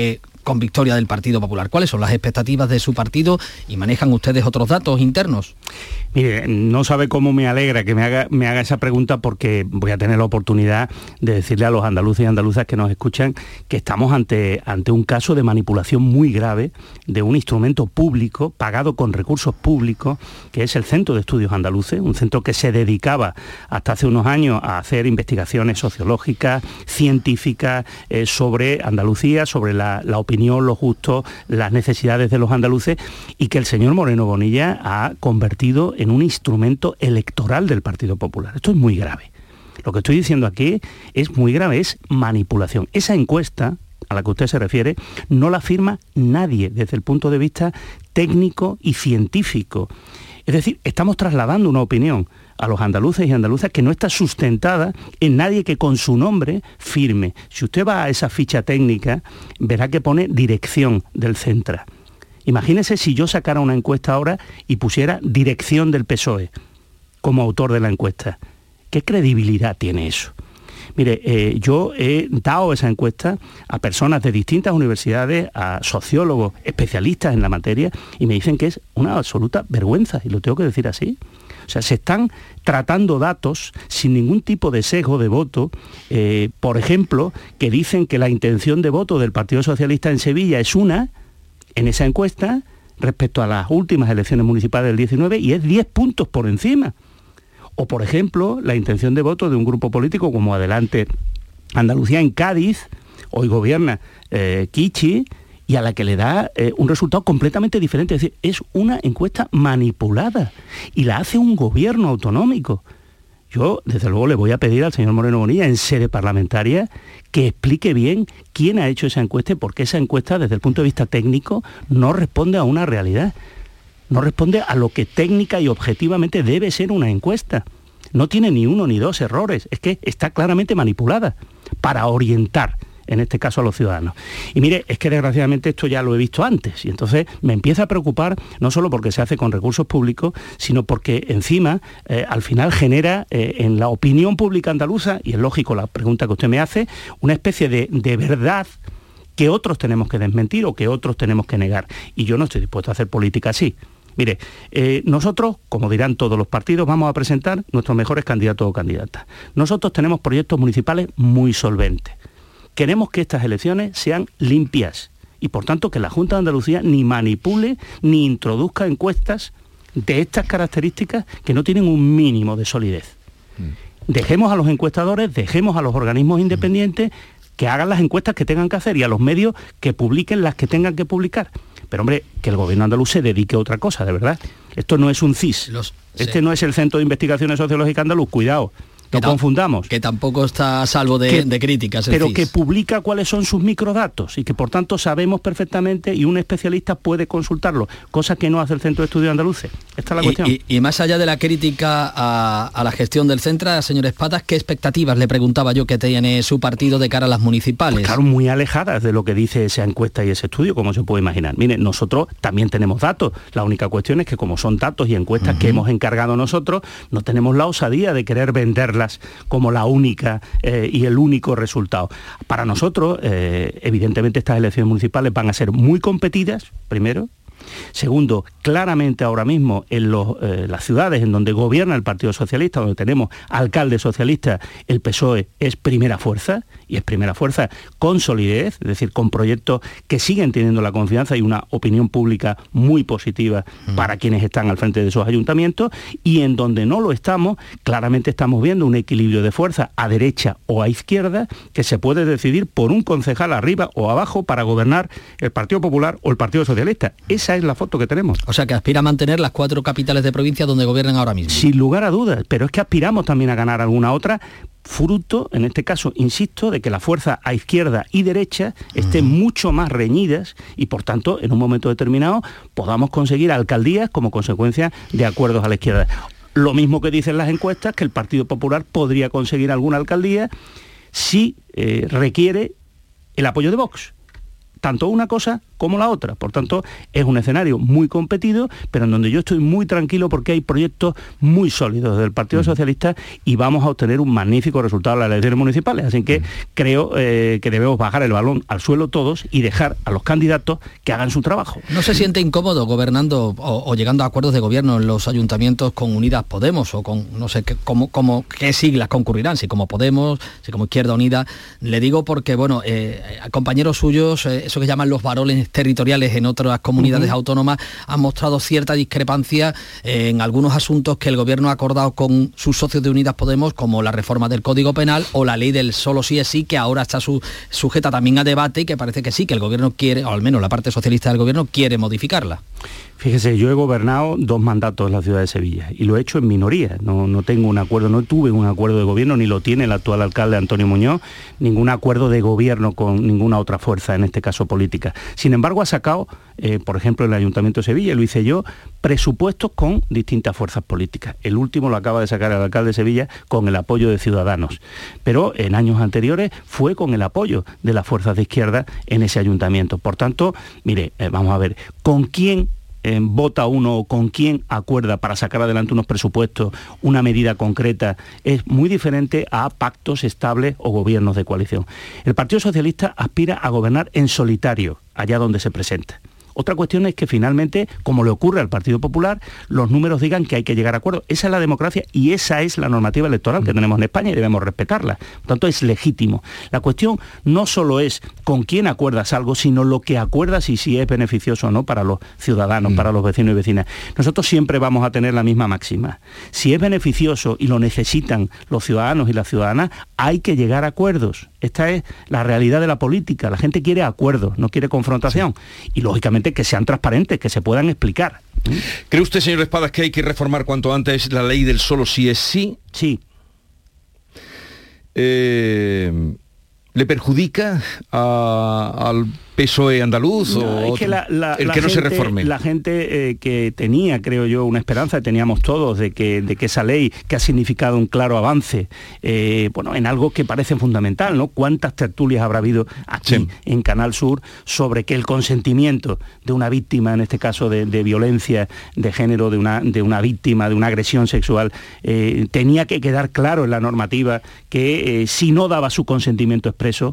con victoria del Partido Popular. ¿Cuáles son las expectativas de su partido y manejan ustedes otros datos internos? Mire, no sabe cómo me alegra que me haga, me haga esa pregunta, porque voy a tener la oportunidad de decirle a los andaluces y andaluzas que nos escuchan que estamos ante, ante un caso de manipulación muy grave de un instrumento público pagado con recursos públicos, que es el Centro de Estudios Andaluces, un centro que se dedicaba hasta hace unos años a hacer investigaciones sociológicas, científicas, eh, sobre Andalucía, sobre la, la opinión, los gustos, las necesidades de los andaluces, y que el señor Moreno Bonilla ha convertido en un instrumento electoral del Partido Popular. Esto es muy grave. Lo que estoy diciendo aquí es muy grave, es manipulación. Esa encuesta a la que usted se refiere no la firma nadie desde el punto de vista técnico y científico. Es decir, estamos trasladando una opinión a los andaluces y andaluzas que no está sustentada en nadie que con su nombre firme. Si usted va a esa ficha técnica, verá que pone dirección del Centra. Imagínese si yo sacara una encuesta ahora y pusiera dirección del P S O E como autor de la encuesta. ¿Qué credibilidad tiene eso? Mire, eh, yo he dado esa encuesta a personas de distintas universidades, a sociólogos, especialistas en la materia, y me dicen que es una absoluta vergüenza, y lo tengo que decir así. O sea, se están tratando datos sin ningún tipo de sesgo de voto, eh, por ejemplo, que dicen que la intención de voto del Partido Socialista en Sevilla es una, en esa encuesta, respecto a las últimas elecciones municipales del diecinueve, y es diez puntos por encima. O, por ejemplo, la intención de voto de un grupo político como Adelante Andalucía en Cádiz, hoy gobierna eh, Kichi, y a la que le da eh, un resultado completamente diferente. Es decir, es una encuesta manipulada y la hace un gobierno autonómico. Yo, desde luego, le voy a pedir al señor Moreno Bonilla, en sede parlamentaria, que explique bien quién ha hecho esa encuesta y por qué esa encuesta, desde el punto de vista técnico, no responde a una realidad. No responde a lo que técnica y objetivamente debe ser una encuesta. No tiene ni uno ni dos errores, es que está claramente manipulada para orientar, en este caso, a los ciudadanos. Y mire, es que desgraciadamente esto ya lo he visto antes, y entonces me empieza a preocupar, no solo porque se hace con recursos públicos, sino porque encima, eh, al final genera eh, en la opinión pública andaluza, y es lógico la pregunta que usted me hace, una especie de, de verdad que otros tenemos que desmentir o que otros tenemos que negar. Y yo no estoy dispuesto a hacer política así. Mire, eh, nosotros, como dirán todos los partidos, vamos a presentar nuestros mejores candidatos o candidatas. Nosotros tenemos proyectos municipales muy solventes. Queremos que estas elecciones sean limpias y, por tanto, que la Junta de Andalucía ni manipule ni introduzca encuestas de estas características que no tienen un mínimo de solidez. Dejemos a los encuestadores, dejemos a los organismos independientes que hagan las encuestas que tengan que hacer y a los medios que publiquen las que tengan que publicar. Pero, hombre, que el gobierno andaluz se dedique a otra cosa, de verdad. Esto no es un C I S. Los, este sí. No es el Centro de Investigaciones Sociológicas Andaluz, cuidado. No confundamos. Que tampoco está a salvo de, que, de críticas. El pero C I S. Que publica cuáles son sus microdatos y que por tanto sabemos perfectamente y un especialista puede consultarlo, cosa que no hace el Centro de Estudios Andaluces. Esta es la y, cuestión. Y, y más allá de la crítica a, a la gestión del Centra, señor Espadas, ¿qué expectativas, le preguntaba yo, que tiene su partido de cara a las municipales? Pues claro, muy alejadas de lo que dice esa encuesta y ese estudio, como se puede imaginar. Mire, nosotros también tenemos datos. La única cuestión es que como son datos y encuestas uh-huh. que hemos encargado nosotros, no tenemos la osadía de querer venderlas como la única eh, y el único resultado. Para nosotros, eh, evidentemente, estas elecciones municipales van a ser muy competidas, primero. Segundo, claramente ahora mismo en los, eh, las ciudades en donde gobierna el Partido Socialista, donde tenemos alcaldes socialistas, el P S O E es primera fuerza, y es primera fuerza con solidez, es decir, con proyectos que siguen teniendo la confianza y una opinión pública muy positiva mm. para quienes están al frente de esos ayuntamientos, y en donde no lo estamos, claramente estamos viendo un equilibrio de fuerza a derecha o a izquierda que se puede decidir por un concejal arriba o abajo para gobernar el Partido Popular o el Partido Socialista. Esa es la foto que tenemos. O sea, que aspira a mantener las cuatro capitales de provincia donde gobiernan ahora mismo. Sin lugar a dudas, pero es que aspiramos también a ganar alguna otra, fruto, en este caso, insisto, de que la fuerza a izquierda y derecha estén uh-huh. mucho más reñidas y, por tanto, en un momento determinado podamos conseguir alcaldías como consecuencia de acuerdos a la izquierda. Lo mismo que dicen las encuestas, que el Partido Popular podría conseguir alguna alcaldía si eh, requiere el apoyo de Vox. Tanto una cosa como la otra. Por tanto, es un escenario muy competido, pero en donde yo estoy muy tranquilo porque hay proyectos muy sólidos del Partido Socialista y vamos a obtener un magnífico resultado en las elecciones municipales. Así que creo eh, que debemos bajar el balón al suelo todos y dejar a los candidatos que hagan su trabajo. ¿No se siente incómodo gobernando o, o llegando a acuerdos de gobierno en los ayuntamientos con Unidas Podemos o con, no sé, qué, cómo, cómo, qué siglas concurrirán? Si como Podemos, si como Izquierda Unida. Le digo porque, bueno, eh, compañeros suyos, eh, eso que llaman los varones territoriales en otras comunidades uh-huh. autónomas, han mostrado cierta discrepancia eh, en algunos asuntos que el gobierno ha acordado con sus socios de Unidas Podemos, como la reforma del Código Penal o la ley del solo sí es sí, que ahora está su, sujeta también a debate y que parece que sí, que el gobierno quiere, o al menos la parte socialista del gobierno quiere modificarla. Fíjese, yo he gobernado dos mandatos en la ciudad de Sevilla y lo he hecho en minoría, no, no tengo un acuerdo, no tuve un acuerdo de gobierno, ni lo tiene el actual alcalde Antonio Muñoz, ningún acuerdo de gobierno con ninguna otra fuerza, en este caso política. Sin embargo, ha sacado, eh, por ejemplo, el Ayuntamiento de Sevilla, lo hice yo, presupuestos con distintas fuerzas políticas. El último lo acaba de sacar el alcalde de Sevilla con el apoyo de Ciudadanos, pero en años anteriores fue con el apoyo de las fuerzas de izquierda en ese ayuntamiento. Por tanto, mire, eh, vamos a ver, ¿con quién Eh, vota uno o con quién acuerda para sacar adelante unos presupuestos, una medida concreta? Es muy diferente a pactos estables o gobiernos de coalición. El Partido Socialista aspira a gobernar en solitario, allá donde se presenta. Otra cuestión es que finalmente, como le ocurre al Partido Popular, los números digan que hay que llegar a acuerdos. Esa es la democracia y esa es la normativa electoral que tenemos en España y debemos respetarla. Por tanto, es legítimo. La cuestión no solo es con quién acuerdas algo, sino lo que acuerdas y si es beneficioso o no para los ciudadanos, mm. para los vecinos y vecinas. Nosotros siempre vamos a tener la misma máxima. Si es beneficioso y lo necesitan los ciudadanos y las ciudadanas, hay que llegar a acuerdos. Esta es la realidad de la política. La gente quiere acuerdos, no quiere confrontación. Sí. Y lógicamente que sean transparentes, que se puedan explicar. ¿Cree usted, señor Espadas, que hay que reformar cuanto antes la ley del solo sí es sí? Sí. Eh, ¿Le perjudica a, al P S O E andaluz no, o es que la, la, el la que gente, no se reforme? La gente eh, que tenía, creo yo, una esperanza, teníamos todos, de que, de que esa ley, que ha significado un claro avance, eh, bueno, en algo que parece fundamental, ¿no? ¿Cuántas tertulias habrá habido aquí sí. en Canal Sur sobre que el consentimiento de una víctima, en este caso de, de violencia de género, de una, de una víctima, de una agresión sexual, eh, tenía que quedar claro en la normativa que eh, si no daba su consentimiento expreso,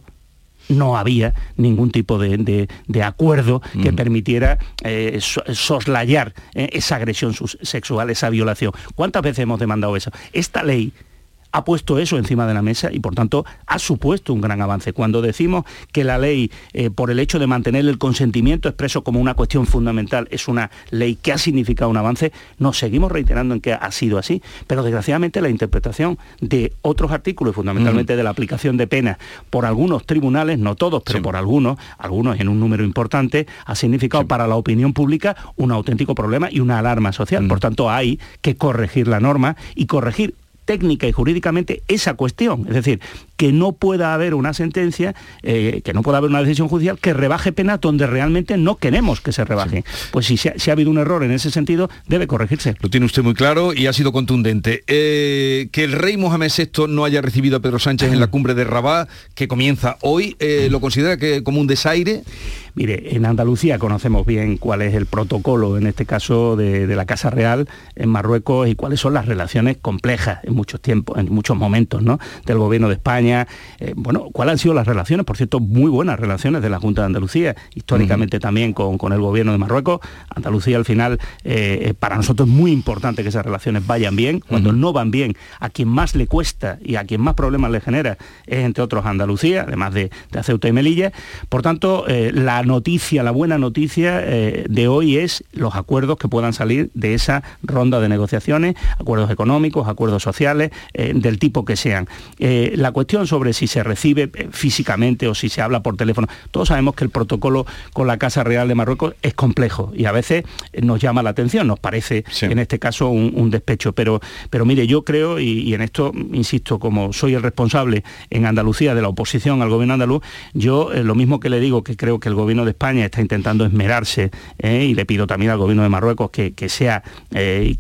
no había ningún tipo de, de, de acuerdo que mm. permitiera eh, soslayar eh, esa agresión sexual, esa violación. ¿Cuántas veces hemos demandado eso? Esta ley ha puesto eso encima de la mesa y por tanto ha supuesto un gran avance. Cuando decimos que la ley, eh, por el hecho de mantener el consentimiento expreso como una cuestión fundamental, es una ley que ha significado un avance, nos seguimos reiterando en que ha sido así, pero desgraciadamente la interpretación de otros artículos, fundamentalmente uh-huh. de la aplicación de penas por algunos tribunales, no todos, pero sí. por algunos, algunos en un número importante, ha significado sí. para la opinión pública un auténtico problema y una alarma social. Uh-huh. Por tanto, hay que corregir la norma y corregir técnica y jurídicamente esa cuestión, es decir, que no pueda haber una sentencia, eh, que no pueda haber una decisión judicial que rebaje penas donde realmente no queremos que se rebajen. Sí. Pues si, si, ha, si ha habido un error en ese sentido, debe corregirse. Lo tiene usted muy claro y ha sido contundente. Eh, que el rey Mohamed sexto no haya recibido a Pedro Sánchez en la cumbre de Rabat, que comienza hoy, eh, ¿lo considera que como un desaire? Mire, en Andalucía conocemos bien cuál es el protocolo, en este caso de, de la Casa Real en Marruecos, y cuáles son las relaciones complejas en muchos tiempos, en muchos momentos, ¿no?, del gobierno de España. Eh, bueno, cuáles han sido las relaciones, por cierto, muy buenas relaciones de la Junta de Andalucía, históricamente uh-huh. también con, con el gobierno de Marruecos. Andalucía al final, eh, para nosotros es muy importante que esas relaciones vayan bien. Cuando uh-huh. no van bien, a quien más le cuesta y a quien más problemas le genera es, entre otros, Andalucía, además de, de Ceuta y Melilla. Por tanto, eh, la noticia, la buena noticia eh, de hoy es los acuerdos que puedan salir de esa ronda de negociaciones, acuerdos económicos, acuerdos sociales, eh, del tipo que sean. Eh, la cuestión sobre si se recibe físicamente o si se habla por teléfono, todos sabemos que el protocolo con la Casa Real de Marruecos es complejo y a veces nos llama la atención, nos parece sí. en este caso un, un despecho, pero, pero mire, yo creo, y, y en esto insisto, como soy el responsable en Andalucía de la oposición al gobierno andaluz, yo eh, lo mismo que le digo, que creo que el gobierno de España está intentando esmerarse, eh, y le pido también al gobierno de Marruecos que, que sea, eh, y que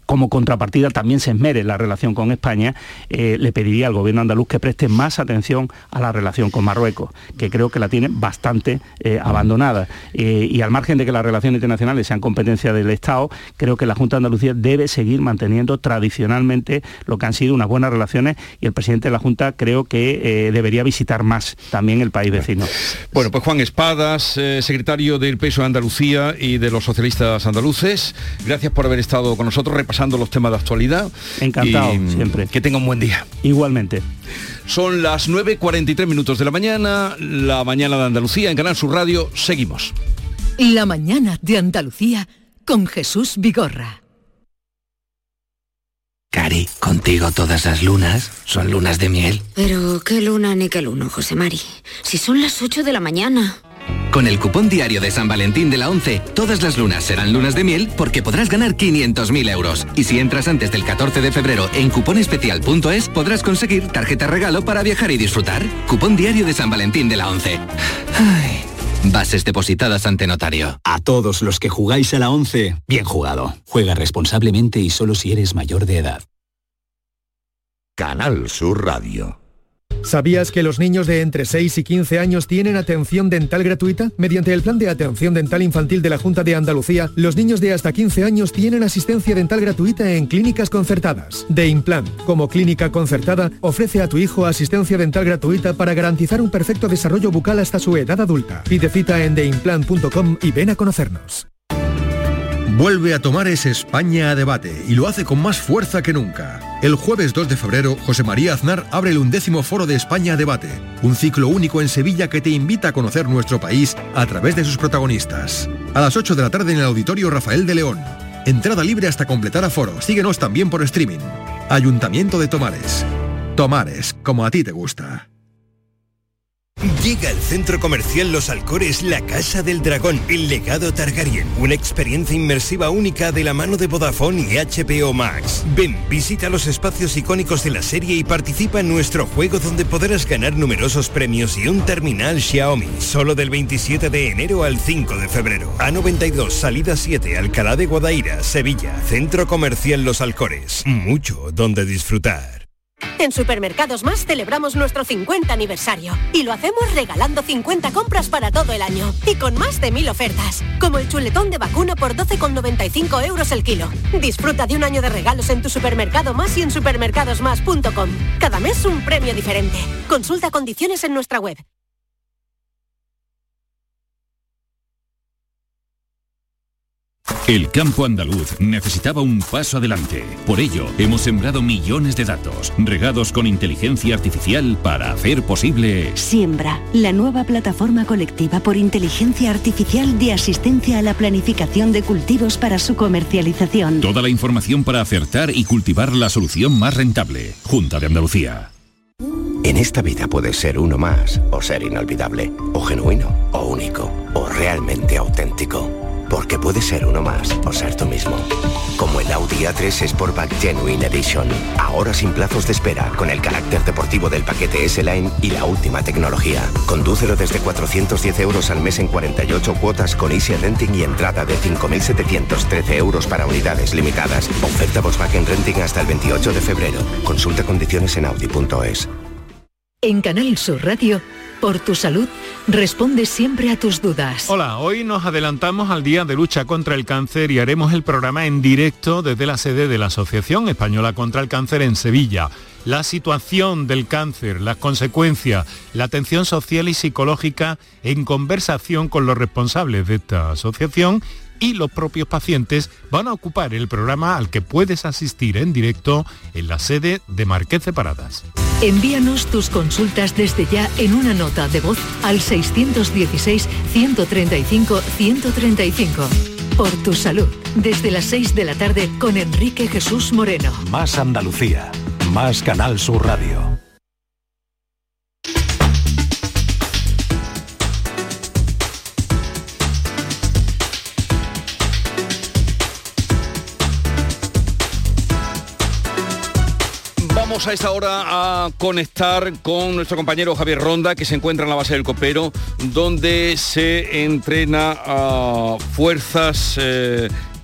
como contrapartida también se esmere la relación con España, eh, le pediría al gobierno andaluz que preste más atención a la relación con Marruecos, que creo que la tiene bastante eh, abandonada. Eh, y al margen de que las relaciones internacionales sean competencia del Estado, creo que la Junta de Andalucía debe seguir manteniendo tradicionalmente lo que han sido unas buenas relaciones, y el presidente de la Junta creo que eh, debería visitar más también el país vecino. Bueno, pues Juan Espadas, eh, secretario del P S O E Andalucía y de los socialistas andaluces, gracias por haber estado con nosotros repasando los temas de actualidad. Encantado, y, siempre. Que tenga un buen día. Igualmente. Son las nueve cuarenta y tres minutos de la mañana, la mañana de Andalucía, en Canal Sur Radio, seguimos. La mañana de Andalucía con Jesús Vigorra. Cari, contigo todas las lunas son lunas de miel. Pero qué luna ni qué luno, José Mari. Si son las ocho de la mañana. Con el cupón diario de San Valentín de la ONCE, todas las lunas serán lunas de miel porque podrás ganar quinientos mil euros. Y si entras antes del catorce de febrero en cuponespecial punto es, podrás conseguir tarjeta regalo para viajar y disfrutar. Cupón diario de San Valentín de la ONCE. Ay. Bases depositadas ante notario. A todos los que jugáis a la ONCE, bien jugado. Juega responsablemente y solo si eres mayor de edad. Canal Sur Radio. ¿Sabías que los niños de entre seis y quince años tienen atención dental gratuita? Mediante el Plan de Atención Dental Infantil de la Junta de Andalucía, los niños de hasta quince años tienen asistencia dental gratuita en clínicas concertadas. Deimplan, como clínica concertada, ofrece a tu hijo asistencia dental gratuita para garantizar un perfecto desarrollo bucal hasta su edad adulta. Pide cita en deimplan punto com y ven a conocernos. Vuelve a Tomares España a debate y lo hace con más fuerza que nunca. El jueves dos de febrero, José María Aznar abre el undécimo Foro de España a debate, un ciclo único en Sevilla que te invita a conocer nuestro país a través de sus protagonistas. A las ocho de la tarde en el Auditorio Rafael de León. Entrada libre hasta completar aforo. Síguenos también por streaming. Ayuntamiento de Tomares. Tomares, como a ti te gusta. Llega al Centro Comercial Los Alcores la Casa del Dragón, el legado Targaryen, una experiencia inmersiva única de la mano de Vodafone y H B O Max. Ven, visita los espacios icónicos de la serie y participa en nuestro juego donde podrás ganar numerosos premios y un terminal Xiaomi, solo del veintisiete de enero al cinco de febrero. A noventa y dos, salida siete, Alcalá de Guadaira, Sevilla. Centro Comercial Los Alcores, mucho donde disfrutar. En Supermercados Más celebramos nuestro cincuenta aniversario y lo hacemos regalando cincuenta compras para todo el año y con más de mil ofertas, como el chuletón de vacuno por doce con noventa y cinco euros el kilo. Disfruta de un año de regalos en tu Supermercado Más y en supermercados más punto com. Cada mes un premio diferente. Consulta condiciones en nuestra web. El campo andaluz necesitaba un paso adelante. Por ello, hemos sembrado millones de datos, regados con inteligencia artificial para hacer posible... Siembra, la nueva plataforma colectiva por inteligencia artificial de asistencia a la planificación de cultivos para su comercialización. Toda la información para acertar y cultivar la solución más rentable. Junta de Andalucía. En esta vida puedes ser uno más, o ser inolvidable, o genuino, o único, o realmente auténtico. Porque puedes ser uno más o ser tú mismo. Como el Audi A tres Sportback Genuine Edition. Ahora sin plazos de espera, con el carácter deportivo del paquete S-Line y la última tecnología. Condúcelo desde cuatrocientos diez euros al mes en cuarenta y ocho cuotas con Easy Renting y entrada de cinco mil setecientos trece euros para unidades limitadas. Oferta Volkswagen Renting hasta el veintiocho de febrero. Consulta condiciones en audi punto es. En Canal Sur Radio, por tu salud, responde siempre a tus dudas. Hola, hoy nos adelantamos al Día de Lucha contra el Cáncer y haremos el programa en directo desde la sede de la Asociación Española contra el Cáncer en Sevilla. La situación del cáncer, las consecuencias, la atención social y psicológica en conversación con los responsables de esta asociación y los propios pacientes van a ocupar el programa al que puedes asistir en directo en la sede de Marqués de Paradas. Envíanos tus consultas desde ya en una nota de voz al seiscientos dieciséis, ciento treinta y cinco, ciento treinta y cinco. Por tu salud, desde las seis de la tarde con Enrique Jesús Moreno. Más Andalucía, más Canal Sur Radio. Vamos a esta hora a conectar con nuestro compañero Javier Ronda, que se encuentra en la base del Copero, donde se entrena a fuerzas eh,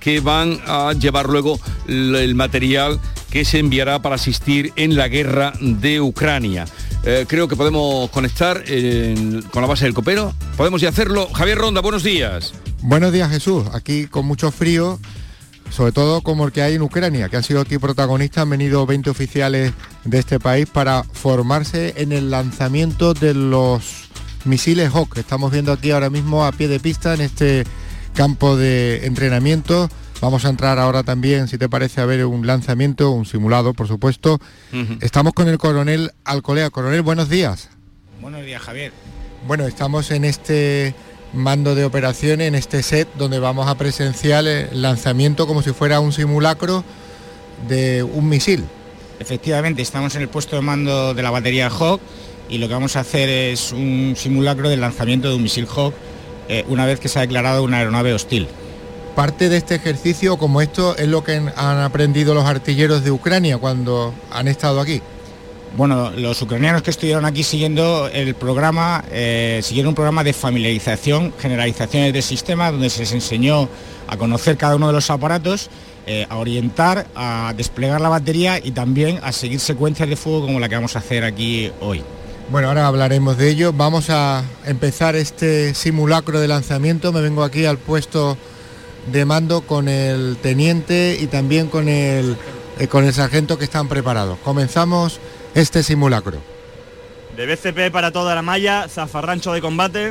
que van a llevar luego el material que se enviará para asistir en la guerra de Ucrania. Eh, creo que podemos conectar eh, con la base del Copero. ¿Podemos ya hacerlo? Javier Ronda, buenos días. Buenos días, Jesús. Aquí con mucho frío, sobre todo como el que hay en Ucrania, que han sido aquí protagonistas. Han venido veinte oficiales de este país para formarse en el lanzamiento de los misiles Hawk, que estamos viendo aquí ahora mismo a pie de pista en este campo de entrenamiento. Vamos a entrar ahora también, si te parece, a ver un lanzamiento, un simulado, por supuesto. Uh-huh. Estamos con el coronel Alcolea. Coronel, buenos días. Buenos días, Javier. Bueno, estamos en este mando de operaciones, en este set donde vamos a presenciar el lanzamiento como si fuera un simulacro de un misil. Efectivamente, estamos en el puesto de mando de la batería Hawk y lo que vamos a hacer es un simulacro del lanzamiento de un misil Hawk eh, una vez que se ha declarado una aeronave hostil. Parte de este ejercicio, como esto, es lo que han aprendido los artilleros de Ucrania cuando han estado aquí. Bueno, los ucranianos que estuvieron aquí siguiendo el programa, eh, siguieron un programa de familiarización, generalizaciones del sistema, donde se les enseñó a conocer cada uno de los aparatos, eh, a orientar, a desplegar la batería y también a seguir secuencias de fuego como la que vamos a hacer aquí hoy. Bueno, ahora hablaremos de ello. Vamos a empezar este simulacro de lanzamiento. Me vengo aquí al puesto de mando con el teniente y también con el, eh, con el sargento que están preparados. Comenzamos este simulacro. De B C P para toda la malla, zafarrancho de combate.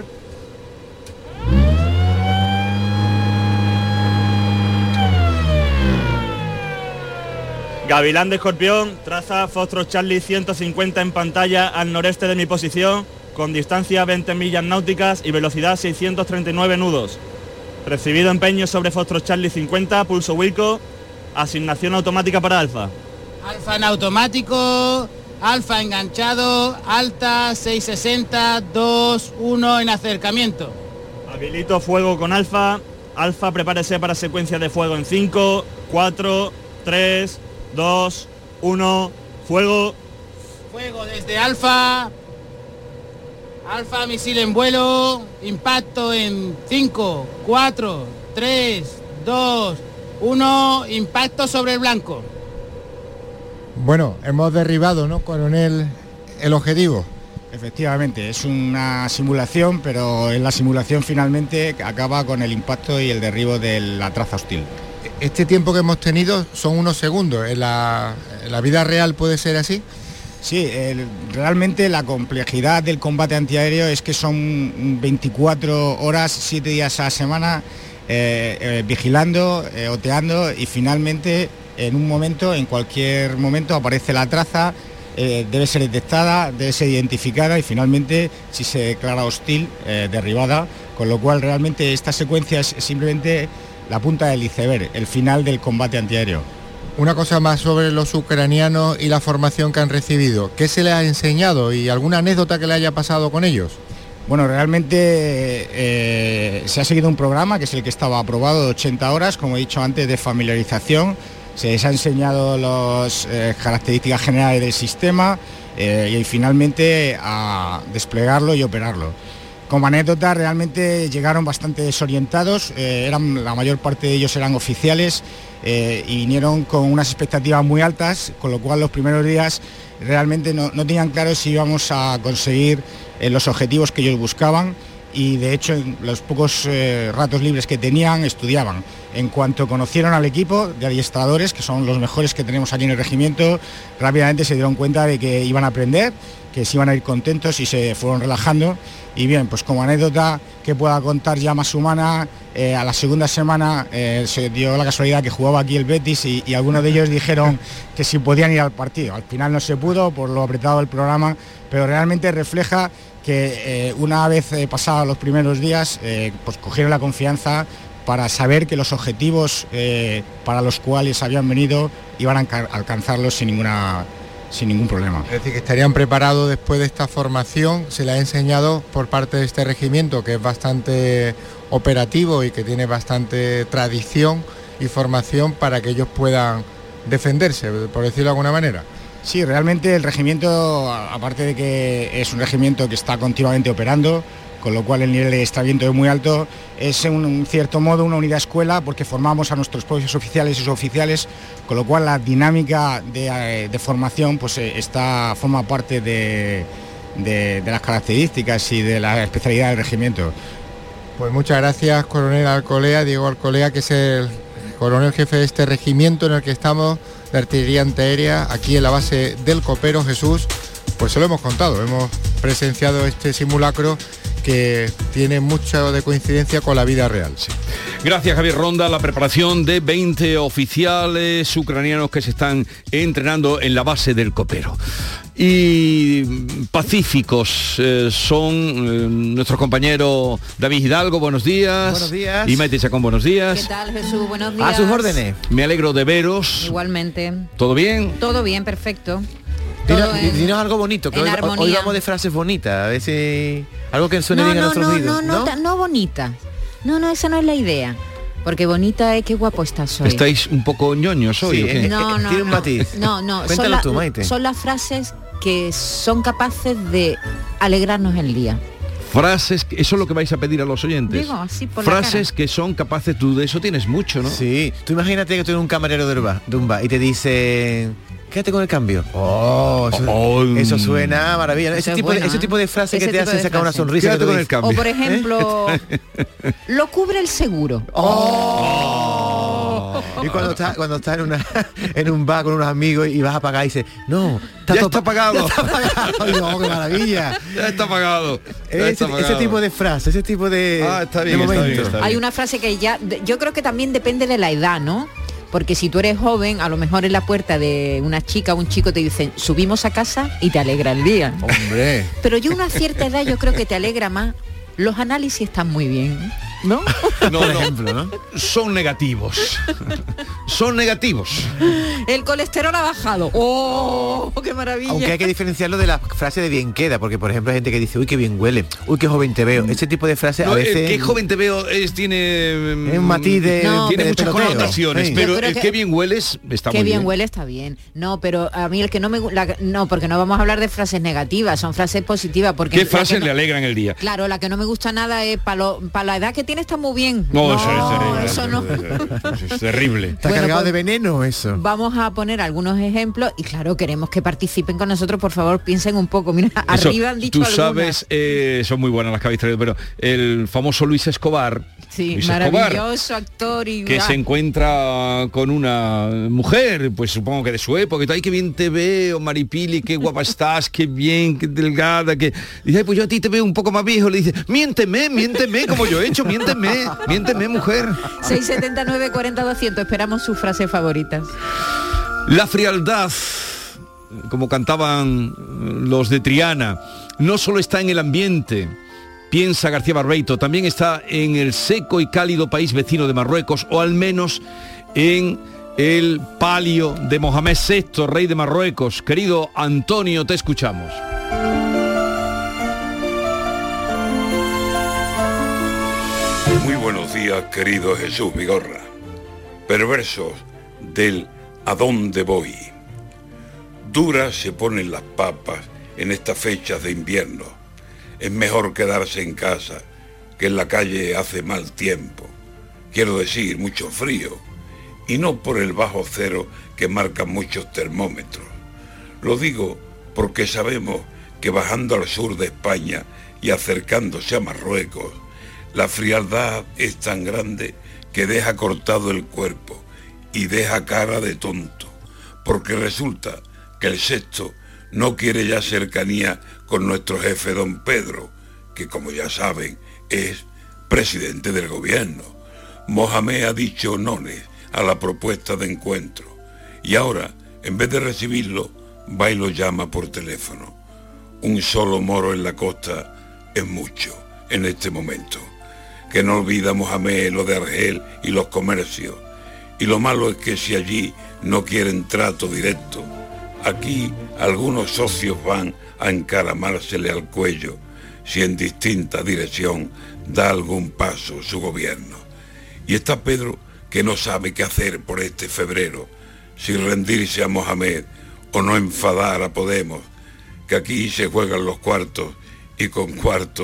Gavilán de Escorpión, traza Foxtrot Charlie ciento cincuenta en pantalla al noreste de mi posición, con distancia veinte millas náuticas y velocidad seiscientos treinta y nueve nudos. Recibido empeño sobre Foxtrot Charlie cincuenta, pulso Wilco, asignación automática para Alfa. Alfa en automático, Alfa enganchado, alta, seiscientos sesenta, dos, uno en acercamiento. Habilito fuego con Alfa, Alfa prepárese para secuencia de fuego en cinco, cuatro, tres, dos, uno, fuego. Fuego desde Alfa. Alfa, misil en vuelo, impacto en cinco, cuatro, tres, dos, uno, impacto sobre el blanco. Bueno, hemos derribado, ¿no, coronel, el objetivo? Efectivamente, es una simulación, pero en la simulación finalmente acaba con el impacto y el derribo de la traza hostil. Este tiempo que hemos tenido son unos segundos. ¿En la, en la vida real puede ser así? Sí, el, realmente la complejidad del combate antiaéreo es que son veinticuatro horas, siete días a la semana, eh, eh, vigilando, eh, oteando y finalmente en un momento, en cualquier momento aparece la traza, eh, debe ser detectada, debe ser identificada y finalmente, si se declara hostil, eh, derribada, con lo cual realmente esta secuencia es simplemente la punta del iceberg, el final del combate antiaéreo. Una cosa más sobre los ucranianos y la formación que han recibido. ¿Qué se les ha enseñado y alguna anécdota que le haya pasado con ellos? Bueno, realmente eh, se ha seguido un programa que es el que estaba aprobado de ochenta horas, como he dicho antes, de familiarización. Se les ha enseñado las eh, características generales del sistema eh, y finalmente a desplegarlo y operarlo. Como anécdota, realmente llegaron bastante desorientados, eh, eran, la mayor parte de ellos eran oficiales eh, y vinieron con unas expectativas muy altas, con lo cual los primeros días realmente no, no tenían claro si íbamos a conseguir eh, los objetivos que ellos buscaban y de hecho en los pocos eh, ratos libres que tenían estudiaban. En cuanto conocieron al equipo de adiestradores, que son los mejores que tenemos aquí en el regimiento, rápidamente se dieron cuenta de que iban a aprender, que se iban a ir contentos y se fueron relajando. Y bien, pues como anécdota que pueda contar ya más humana, eh, a la segunda semana eh, se dio la casualidad que jugaba aquí el Betis y, y algunos de ellos dijeron que si podían ir al partido. Al final no se pudo por lo apretado del programa, pero realmente refleja que eh, una vez eh, pasados los primeros días, eh, pues cogieron la confianza para saber que los objetivos eh, para los cuales habían venido iban a alcanzarlos sin ninguna sin ningún problema. Es decir, que estarían preparados después de esta formación. Se les ha enseñado por parte de este regimiento, que es bastante operativo y que tiene bastante tradición y formación para que ellos puedan defenderse, por decirlo de alguna manera. Sí, realmente el regimiento, aparte de que es un regimiento que está continuamente operando, con lo cual el nivel de adiestramiento es muy alto. Es en un cierto modo una unidad escuela porque formamos a nuestros propios oficiales y suboficiales, con lo cual la dinámica de, de formación pues está, forma parte de, de, de las características y de la especialidad del regimiento. Pues muchas gracias, coronel Alcolea, Diego Alcolea, que es el coronel jefe de este regimiento en el que estamos, de artillería antiaérea, aquí en la base del Copero. Jesús, pues se lo hemos contado, hemos presenciado este simulacro que tiene mucho de coincidencia con la vida real. Sí. Gracias, Javier Ronda. La preparación de veinte oficiales ucranianos que se están entrenando en la base del Copero. Y pacíficos eh, son eh, nuestros compañeros David Hidalgo, buenos días. Buenos días. Y Maite Chacón, buenos días. ¿Qué tal, Jesús? Buenos días. A sus órdenes. Me alegro de veros. Igualmente. ¿Todo bien? Todo bien, perfecto. Dinos, en, dinos algo bonito, que hoy, hoy vamos de frases bonitas, a ver si algo que suene no, bien no, a nuestros no, oídos. No, no, no, no bonita. No, no, esa no es la idea. Porque bonita es qué guapo estás hoy. ¿Estáis un poco ñoños hoy? Sí, ¿o qué? No, no, tiene un no. matiz. No, no. Cuéntalo son, la, tú, Maite. Son las frases que son capaces de alegrarnos el día. Frases, eso es lo que vais a pedir a los oyentes. Digo, así por Frases la cara. que son capaces, tú de eso tienes mucho, ¿no? Sí, tú imagínate que tú eres un camarero de un bar, de un bar y te dice, quédate con el cambio. Oh, eso, oh, eso suena maravilla. Ese, es tipo, bueno, de, ese ¿eh? tipo de frase Ese que te hacen sacar una sonrisa. Quédate con el cambio. O por ejemplo, lo cubre el seguro. Oh. Y cuando estás cuando está en una en un bar con unos amigos y vas a pagar y dices, no, ya está pagado. Ya está pagado. No, qué maravilla. Ya está pagado. Ya ese, está pagado. ese tipo de frase, ese tipo de, ah, está bien, de está momento. bien, está bien. Hay una frase que ya, yo creo que también depende de la edad, ¿no? Porque si tú eres joven, a lo mejor en la puerta de una chica o un chico te dicen, subimos a casa y te alegra el día. Hombre. Pero yo a una cierta edad yo creo que te alegra más. Los análisis están muy bien, ¿no? No, por no, ejemplo, ¿no? Son negativos. Son negativos. El colesterol ha bajado. ¡Oh, qué maravilla! Aunque hay que diferenciarlo de la frase de bien queda, porque por ejemplo hay gente que dice, uy, qué bien huele, uy, qué joven te veo. Ese tipo de frases no, a veces... Qué joven te veo es, tiene... Es un matiz de... No, tiene de muchas peloteo. connotaciones, Sí. pero el que, qué bien hueles está qué muy bien. bien huele está bien. No, pero a mí el que no me... La, no, porque no vamos a hablar de frases negativas, son frases positivas. Porque ¿Qué frases no, le alegran el día? Claro, la que no me gusta nada es, para pa la edad que tiene está muy bien. No, no eso es terrible. Eso no. Eso es terrible. Está Bueno, cargado pues, de veneno eso. Vamos a poner algunos ejemplos y claro, queremos que participen con nosotros, por favor, piensen un poco. Mira, Eso, arriba han dicho tú algunas. sabes, eh, son muy buenas las que habéis traído, pero el famoso Luis Escobar, Sí, Luis maravilloso Escobar, actor y que ah, se encuentra con una mujer, pues supongo que de su época, y tal, ay, qué bien te veo, Maripili, qué guapa estás, qué bien, qué delgada, que dice, ay, pues yo a ti te veo un poco más viejo, le dice, miénteme, miénteme, como yo he hecho, miénteme, miénteme, mujer. seis setenta y nueve cuarenta doscientos, esperamos sus frases favoritas. La frialdad, como cantaban los de Triana, no solo está en el ambiente, piensa García Barbeito, también está en el seco y cálido país vecino de Marruecos, o al menos en el palio de Mohamed sexto, rey de Marruecos. Querido Antonio, te escuchamos. Muy buenos días, querido Jesús Vigorra. Perversos del ¿a dónde voy? Duras se ponen las papas en estas fechas de invierno. Es mejor quedarse en casa, que en la calle hace mal tiempo. Quiero decir, mucho frío. Y no por el bajo cero que marcan muchos termómetros. Lo digo porque sabemos que bajando al sur de España y acercándose a Marruecos, la frialdad es tan grande que deja cortado el cuerpo y deja cara de tonto, porque resulta que el sexto no quiere ya cercanía con nuestro jefe don Pedro, que como ya saben es presidente del gobierno. Mohamed ha dicho nones a la propuesta de encuentro y ahora, en vez de recibirlo, va y lo llama por teléfono. Un solo moro en la costa es mucho en este momento. Que no olvida Mohamed lo de Argel y los comercios. Y lo malo es que si allí no quieren trato directo, aquí algunos socios van a encaramársele al cuello si en distinta dirección da algún paso su gobierno. Y está Pedro que no sabe qué hacer por este febrero, si rendirse a Mohamed o no enfadar a Podemos, que aquí se juegan los cuartos y con cuartos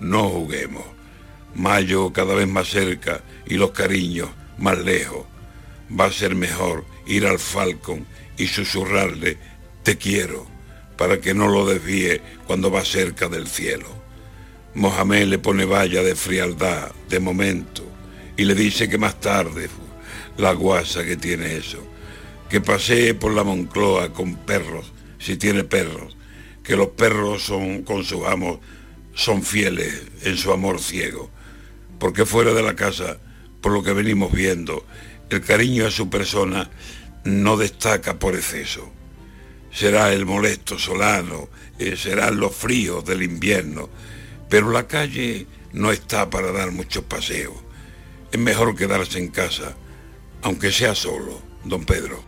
no juguemos. Mayo cada vez más cerca y los cariños más lejos. Va a ser mejor ir al Falcon y susurrarle te quiero, para que no lo desvíe cuando va cerca del cielo. Mohamed le pone valla de frialdad, de momento, y le dice que más tarde, la guasa que tiene eso, que pasee por la Moncloa con perros, si tiene perros, que los perros son con sus amos, son fieles en su amor ciego, porque fuera de la casa, por lo que venimos viendo, el cariño a su persona no destaca por exceso. Será el molesto solano, eh, serán los fríos del invierno, pero la calle no está para dar muchos paseos. Es mejor quedarse en casa, aunque sea solo, don Pedro.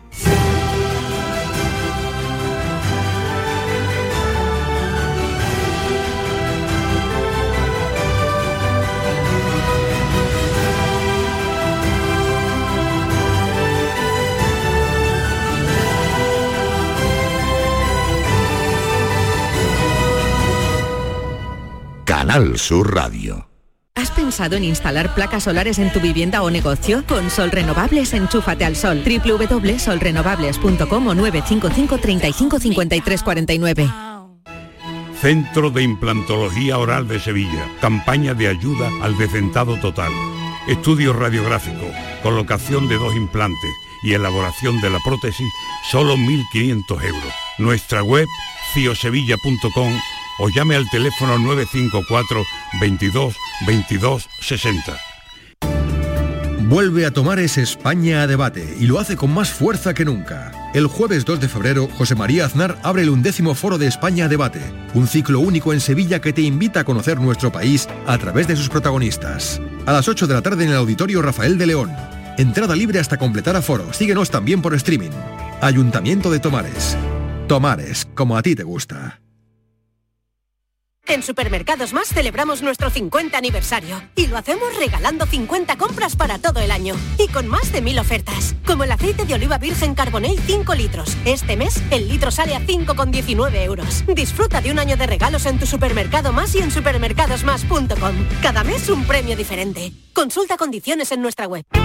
Canal Sur Radio. ¿Has pensado en instalar placas solares en tu vivienda o negocio? Con Sol Renovables, enchúfate al sol. doble u doble u doble u punto sol renovables punto com o nueve cinco cinco, treinta y cinco, cincuenta y tres cuarenta y nueve. Centro de Implantología Oral de Sevilla. Campaña de ayuda al decentado total. Estudio radiográfico, colocación de dos implantes y elaboración de la prótesis, solo mil quinientos euros. Nuestra web, ciosevilla punto com, o llame al teléfono nueve cinco cuatro, veintidós, veintidós, sesenta. Vuelve a Tomares España a debate y lo hace con más fuerza que nunca. El jueves dos de febrero, José María Aznar abre el undécimo Foro de España a debate, un ciclo único en Sevilla que te invita a conocer nuestro país a través de sus protagonistas. A las ocho de la tarde en el Auditorio Rafael de León. Entrada libre hasta completar aforo. Síguenos también por streaming. Ayuntamiento de Tomares. Tomares, como a ti te gusta. En Supermercados Más celebramos nuestro cincuenta aniversario y lo hacemos regalando cincuenta compras para todo el año y con más de mil ofertas, como el aceite de oliva virgen Carbonell cinco litros. Este mes el litro sale a cinco con diecinueve euros. Disfruta de un año de regalos en tu Supermercado Más y en supermercados más punto com. Cada mes un premio diferente. Consulta condiciones en nuestra web.